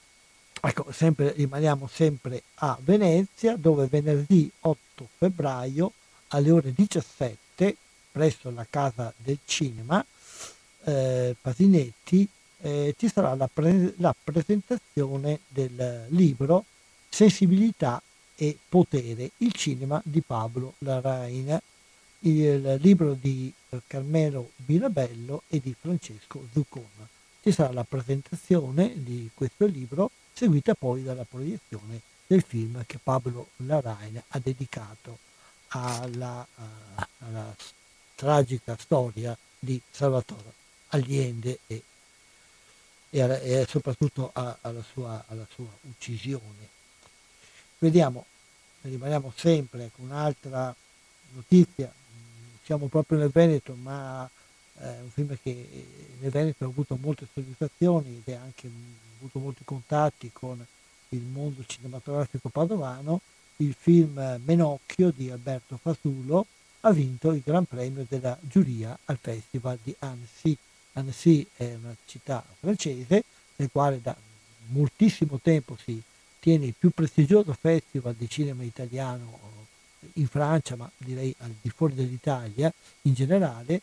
ecco, sempre, rimaniamo sempre a Venezia, dove venerdì otto febbraio alle ore diciassette presso la Casa del Cinema eh, Pasinetti Eh, ci sarà la, pre- la presentazione del libro Sensibilità e Potere, il cinema di Pablo Larraín, il libro di Carmelo Mirabello e di Francesco Zuccon. Ci sarà la presentazione di questo libro, seguita poi dalla proiezione del film che Pablo Larraín ha dedicato alla, uh, alla tragica storia di Salvatore Allende e E, alla, e soprattutto a, alla, sua, alla sua uccisione. Vediamo, rimaniamo sempre con un'altra notizia, siamo proprio nel Veneto, ma è eh, un film che nel Veneto ha avuto molte soddisfazioni ed ha anche avuto molti contatti con il mondo cinematografico padovano. Il film Menocchio di Alberto Fasullo ha vinto il Gran Premio della giuria al Festival di Annecy. Annecy è una città francese nel quale da moltissimo tempo si tiene il più prestigioso festival di cinema italiano in Francia, ma direi al di fuori dell'Italia in generale.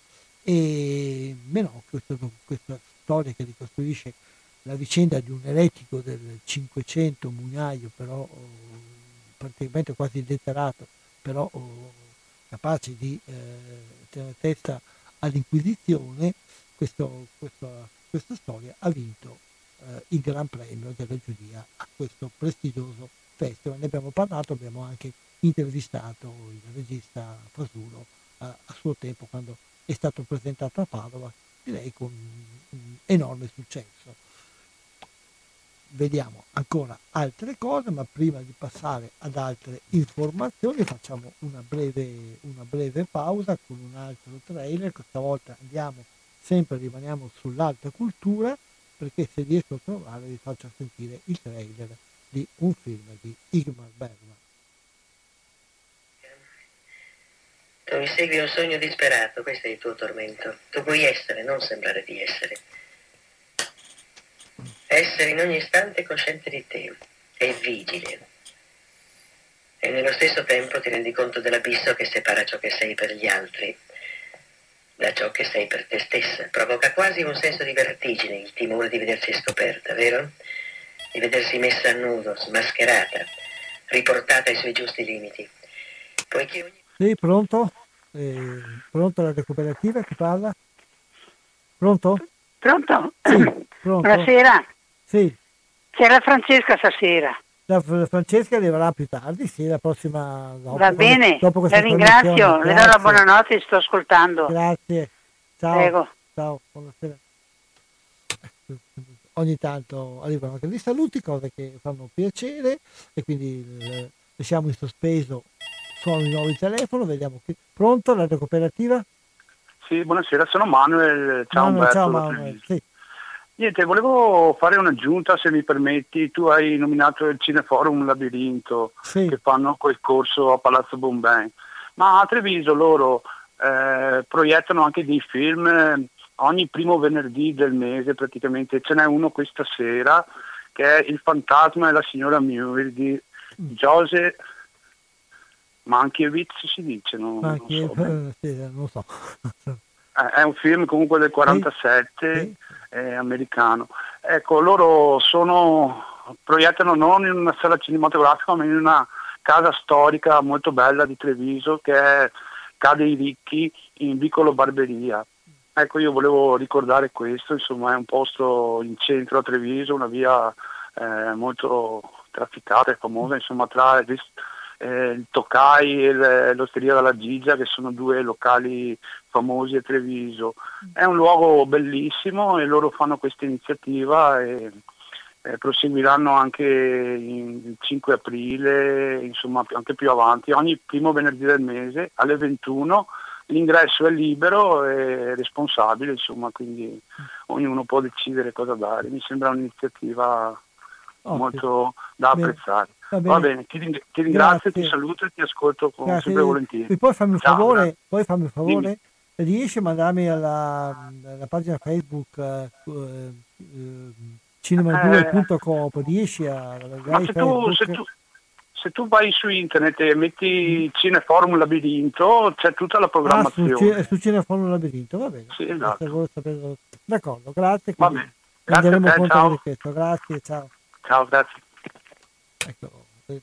E Menocchio, questa storia che ricostruisce la vicenda di un eretico del Cinquecento, Mugnaio, però praticamente quasi letterato, però capace di eh, tenere testa all'Inquisizione. Questo, questo, questa storia ha vinto eh, il Gran Premio della giuria a questo prestigioso festival. Ne abbiamo parlato, abbiamo anche intervistato il regista Fasullo eh, a suo tempo quando è stato presentato a Padova, direi con un enorme successo. vediamo ancora altre cose, ma prima di passare ad altre informazioni facciamo una breve, una breve pausa con un altro trailer. Questa volta andiamo, sempre rimaniamo sull'alta cultura, perché se riesco a trovare vi faccio sentire il trailer di un film di Ingmar Bergman. Tu mi segui un sogno disperato, questo è il tuo tormento. Tu puoi essere, non sembrare di essere. Essere in ogni istante cosciente di te e vigile. E nello stesso tempo ti rendi conto dell'abisso che separa ciò che sei per gli altri da ciò che sei per te stessa. Provoca quasi un senso di vertigine il timore di vedersi scoperta, vero? Di vedersi messa a nudo, smascherata, riportata ai suoi giusti limiti. Poiché ogni... Sì, pronto? Eh, pronto la cooperativa che parla? Pronto? Pronto? Sì, pronto. Buonasera. Sì. C'era Francesca stasera. La Francesca arriverà più tardi, sì, la prossima dopo. Va bene, dopo la ringrazio, le do la buonanotte, sto ascoltando. Grazie. Ciao. Prego. Ciao, buonasera. Ogni tanto arrivano anche dei saluti, cose che fanno piacere, e quindi eh, lasciamo in sospeso. Sono i nuovi telefono, vediamo qui. Pronto, la cooperativa? Sì, buonasera, sono Manuel. Ciao Manuel, Umberto. ciao Manuel, sì. Niente, volevo fare un'aggiunta, se mi permetti. Tu hai nominato il Cineforum Labirinto, sì, che fanno quel corso a Palazzo Bombay, ma a Treviso loro eh, proiettano anche dei film eh, ogni primo venerdì del mese praticamente. Ce n'è uno questa sera che è Il fantasma e la signora Muir di Joseph Mankiewicz, si dice, non, non so. Eh, sì, non so. È un film comunque del quarantasette, sì, eh, americano. Ecco, loro sono proiettano non in una sala cinematografica, ma in una casa storica molto bella di Treviso, che è Ca' dei Ricchi, in vicolo Barberia. Ecco, io volevo ricordare questo, insomma, è un posto in centro a Treviso, una via eh, molto trafficata e famosa, insomma, tra il, eh, il Toccai e l'Osteria della Gigia, che sono due locali famosi a Treviso. È un luogo bellissimo e loro fanno questa iniziativa e eh, proseguiranno anche il cinque aprile, insomma anche più avanti, ogni primo venerdì del mese alle ventuno. L'ingresso è libero e responsabile, insomma, quindi ognuno può decidere cosa dare. Mi sembra un'iniziativa oh, molto sì. da apprezzare. Va bene, Va bene. Ti, ring- ti ringrazio, Grazie. Ti saluto e ti ascolto con Grazie. sempre volentieri. E poi fammi un Ciao, favore, grazie. poi fammi un favore, Dimmi. riesci a mandarmi alla, alla pagina Facebook eh, eh, cinema due punto coop, riesci a... Ma se tu, se tu se tu vai su internet e metti Cineforum Labirinto, c'è tutta la programmazione. Ah, su, C- su Cineforum Labirinto, va bene. Sì, esatto. D'accordo, grazie. Va bene. Grazie a te, ciao. Di questo. Grazie, ciao. Ciao, grazie. Ecco,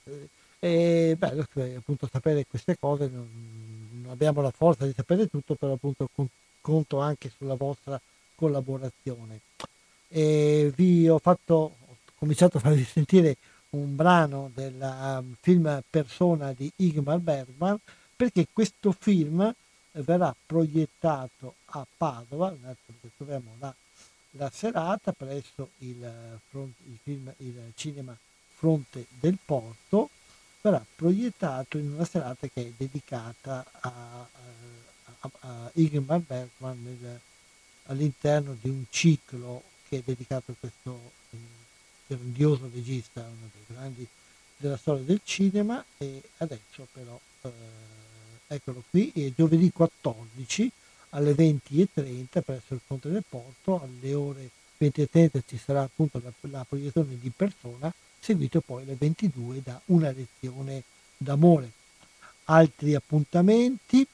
è bello appunto sapere queste cose, non, non abbiamo la forza di sapere tutto, però appunto con, conto anche sulla vostra collaborazione. E vi ho fatto, ho cominciato a farvi sentire un brano del um, film Persona di Ingmar Bergman, perché questo film verrà proiettato a Padova, un attimo che troviamo la, la serata, presso il, front, il, film, il cinema Fronte del Porto, verrà proiettato in una serata che è dedicata a, a, a Ingmar Bergman nel, all'interno di un ciclo che è dedicato a questo grandioso regista, uno dei grandi della storia del cinema. E adesso però eh, eccolo qui, è giovedì quattordici alle venti e trenta presso il Fronte del Porto, alle ore venti e trenta ci sarà appunto la, la proiezione di Persona, seguito poi alle ventidue da Una lezione d'amore. Altri appuntamenti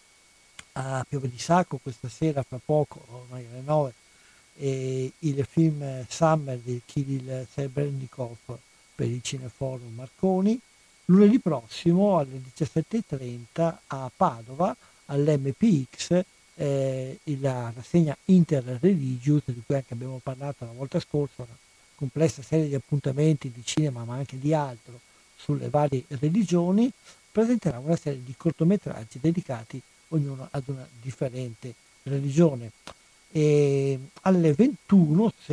a Piove di Sacco questa sera, fra poco, ormai alle nove, e il film Summer di Kirill Serebrennikov per il Cineforum Marconi. Lunedì prossimo alle diciassette e trenta a Padova all'M P X eh, la rassegna Interreligious, di cui anche abbiamo parlato la volta scorsa, una complessa serie di appuntamenti di cinema ma anche di altro sulle varie religioni. Presenterà una serie di cortometraggi dedicati ognuno ad una differente religione. E alle ventuno, sem-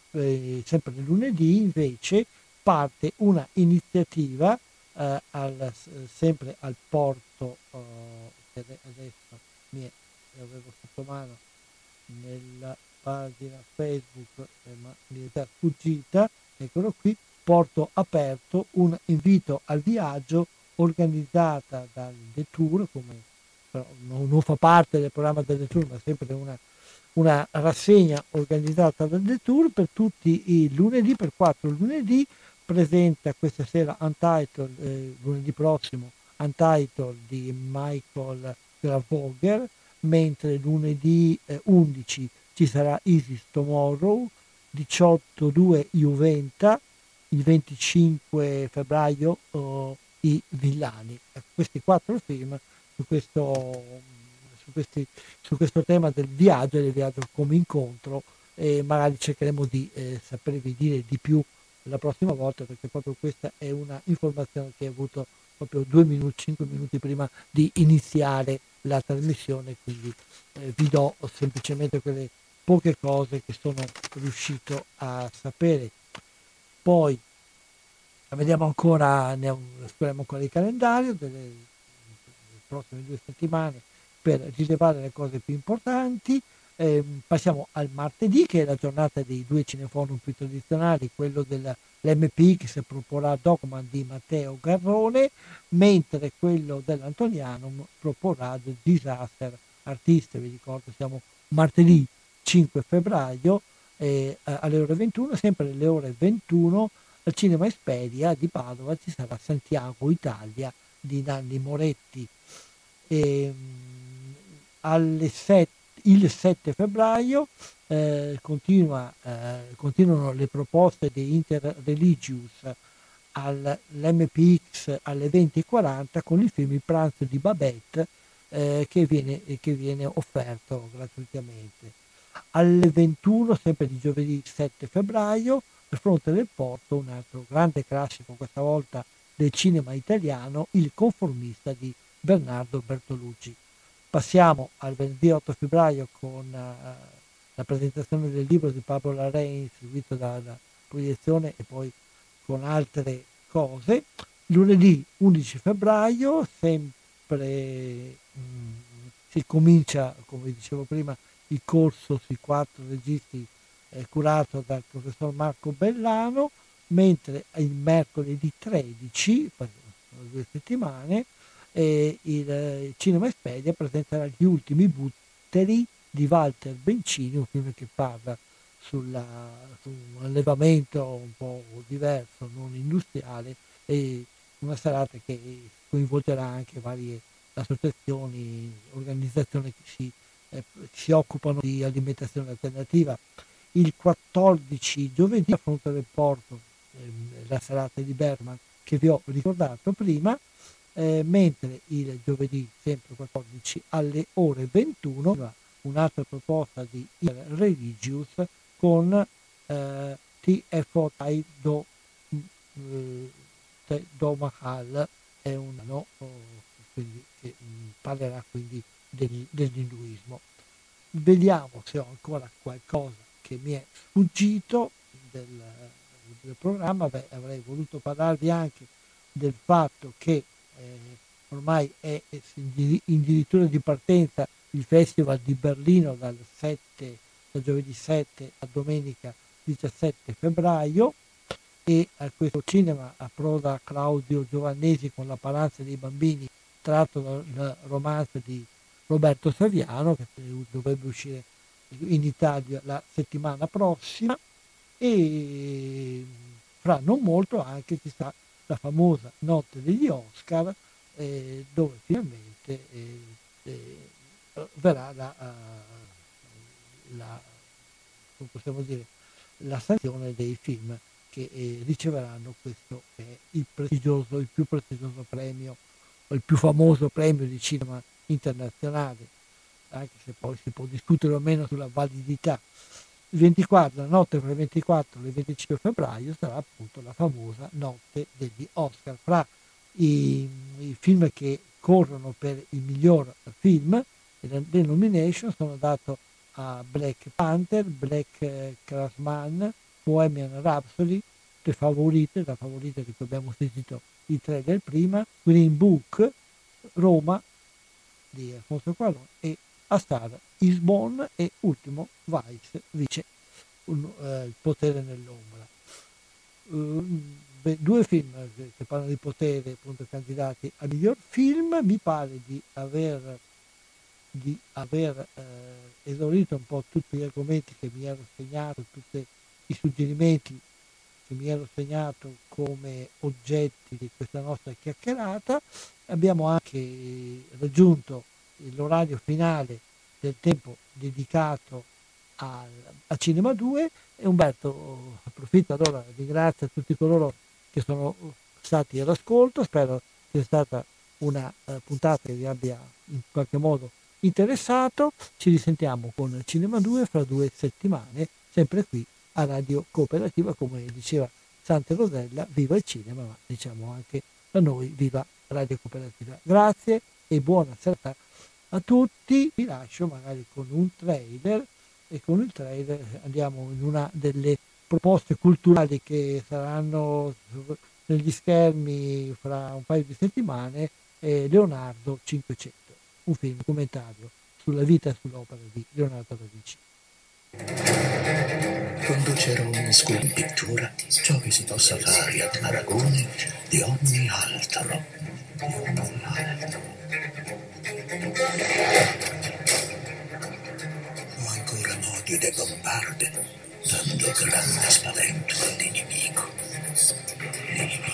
eh, sempre il lunedì invece parte una iniziativa eh, al, sempre al porto, eh, che adesso mi è, l'avevo sotto mano nella pagina Facebook, eh, ma mi è già sfuggita, eccolo qui, porto aperto, un invito al viaggio organizzata dal Detour, come però non, non fa parte del programma del Detour, ma sempre una, una rassegna organizzata dal Detour per tutti i lunedì, per quattro lunedì. Presenta questa sera Untitled, eh, lunedì prossimo, Untitled di Michael Gravogher, mentre lunedì eh, undici ci sarà Isis Tomorrow, diciotto due Juventa, il venticinque febbraio oh, i Villani. Questi quattro film su questo, su questi, su questo tema del viaggio e del viaggio come incontro, e magari cercheremo di eh, sapervi dire di più la prossima volta, perché proprio questa è una informazione che ho avuto proprio due minuti, cinque minuti prima di iniziare la trasmissione, quindi eh, vi do semplicemente quelle poche cose che sono riuscito a sapere. Poi vediamo ancora, ne esploriamo ancora il calendario delle, delle prossime due settimane per rilevare le cose più importanti. Eh, passiamo al martedì, che è la giornata dei due cineforum più tradizionali, quello dell'M P X proporrà Dogma di Matteo Garrone, mentre quello dell'Antonianum proporrà The Disaster Artist. Vi ricordo, siamo martedì cinque febbraio eh, alle ore ventuno, sempre alle ore ventuno al Cinema Esperia di Padova ci sarà Santiago Italia di Nanni Moretti. E, alle sette il sette febbraio eh, continua, eh, continuano le proposte di Interreligious all'M P X alle venti e quaranta con il film Il pranzo di Babette eh, che, viene, che viene offerto gratuitamente. Alle ventuno, sempre di giovedì sette febbraio, al Fronte del Porto, un altro grande classico, questa volta del cinema italiano, Il conformista di Bernardo Bertolucci. Passiamo al venerdì otto febbraio con uh, la presentazione del libro di Pablo Larraín, seguito dalla proiezione e poi con altre cose. Lunedì undici febbraio, sempre mh, si comincia, come dicevo prima, il corso sui quattro registi eh, curato dal professor Marco Bellano, mentre il mercoledì tredici, due settimane, e il, il Cinema Esperia presenterà Gli ultimi butteri di Walter Bencini, un film che parla sulla, su un allevamento un po' diverso, non industriale, e una serata che coinvolgerà anche varie associazioni, organizzazioni che si, eh, si occupano di alimentazione alternativa. Il quattordici, giovedì, a Fronte del Porto, eh, la serata di Berman che vi ho ricordato prima, eh, mentre il giovedì, sempre quattordici, alle ore ventuno, un'altra proposta di Religious con eh, T F O Tai Do, eh, Do Mahal, è un no, quindi, che parlerà quindi del, dell'induismo. Vediamo se ho ancora qualcosa che mi è sfuggito del, del programma. Beh, avrei voluto parlarvi anche del fatto che eh, ormai è addirittura di partenza il Festival di Berlino dal sette, da giovedì sette a domenica diciassette febbraio, e a questo cinema approda Claudio Giovannesi con La Palazza dei bambini, tratto dal romanzo di Roberto Saviano, che dovrebbe uscire in Italia la settimana prossima, e fra non molto anche ci sta la famosa notte degli Oscar, eh, dove finalmente eh, eh, verrà la, uh, la, come possiamo dire, la sanzione dei film che eh, riceveranno questo che è il prestigioso, il più prestigioso premio, o il più famoso premio di cinema internazionale, anche se poi si può discutere o meno sulla validità. Il ventiquattro, la notte fra il ventiquattro e il venticinque febbraio sarà appunto la famosa notte degli Oscar. Fra i, i film che corrono per il miglior film, le nomination sono date a Black Panther, Black Klansman, Bohemian Rhapsody, Le Favorite, la favorita di cui abbiamo sentito il trailer prima, Green Book, Roma di Alfonso Cuarón e A Star is Born e ultimo Vice, Vice, un, eh, Il potere nell'ombra. Uh, beh, due film che, che parlano di potere, appunto candidati al miglior film. Mi pare di aver di aver eh, esaurito un po' tutti gli argomenti che mi ero segnato, tutti i suggerimenti che mi ero segnato come oggetti di questa nostra chiacchierata. Abbiamo anche raggiunto l'orario finale del tempo dedicato al, a Cinema due e Umberto approfitto allora, ringrazio tutti coloro che sono stati all'ascolto, spero sia stata una uh, puntata che vi abbia in qualche modo interessato. Ci risentiamo con Cinema due fra due settimane, sempre qui a Radio Cooperativa. Come diceva Sante Rosella, viva il cinema, ma diciamo anche da noi viva Radio Cooperativa. Grazie e buona serata a tutti. Vi lascio magari con un trailer e con il trailer andiamo in una delle proposte culturali che saranno negli schermi fra un paio di settimane, eh, Leonardo cinquecento, un film documentario sulla vita e sull'opera di Leonardo da Vinci. Quando c'era una scultura, ciò che si possa fare a paragone di ogni altro, di ogni altro. Ho ancora modi de bombarde, dando grande spavento all'inimico. L'inimico.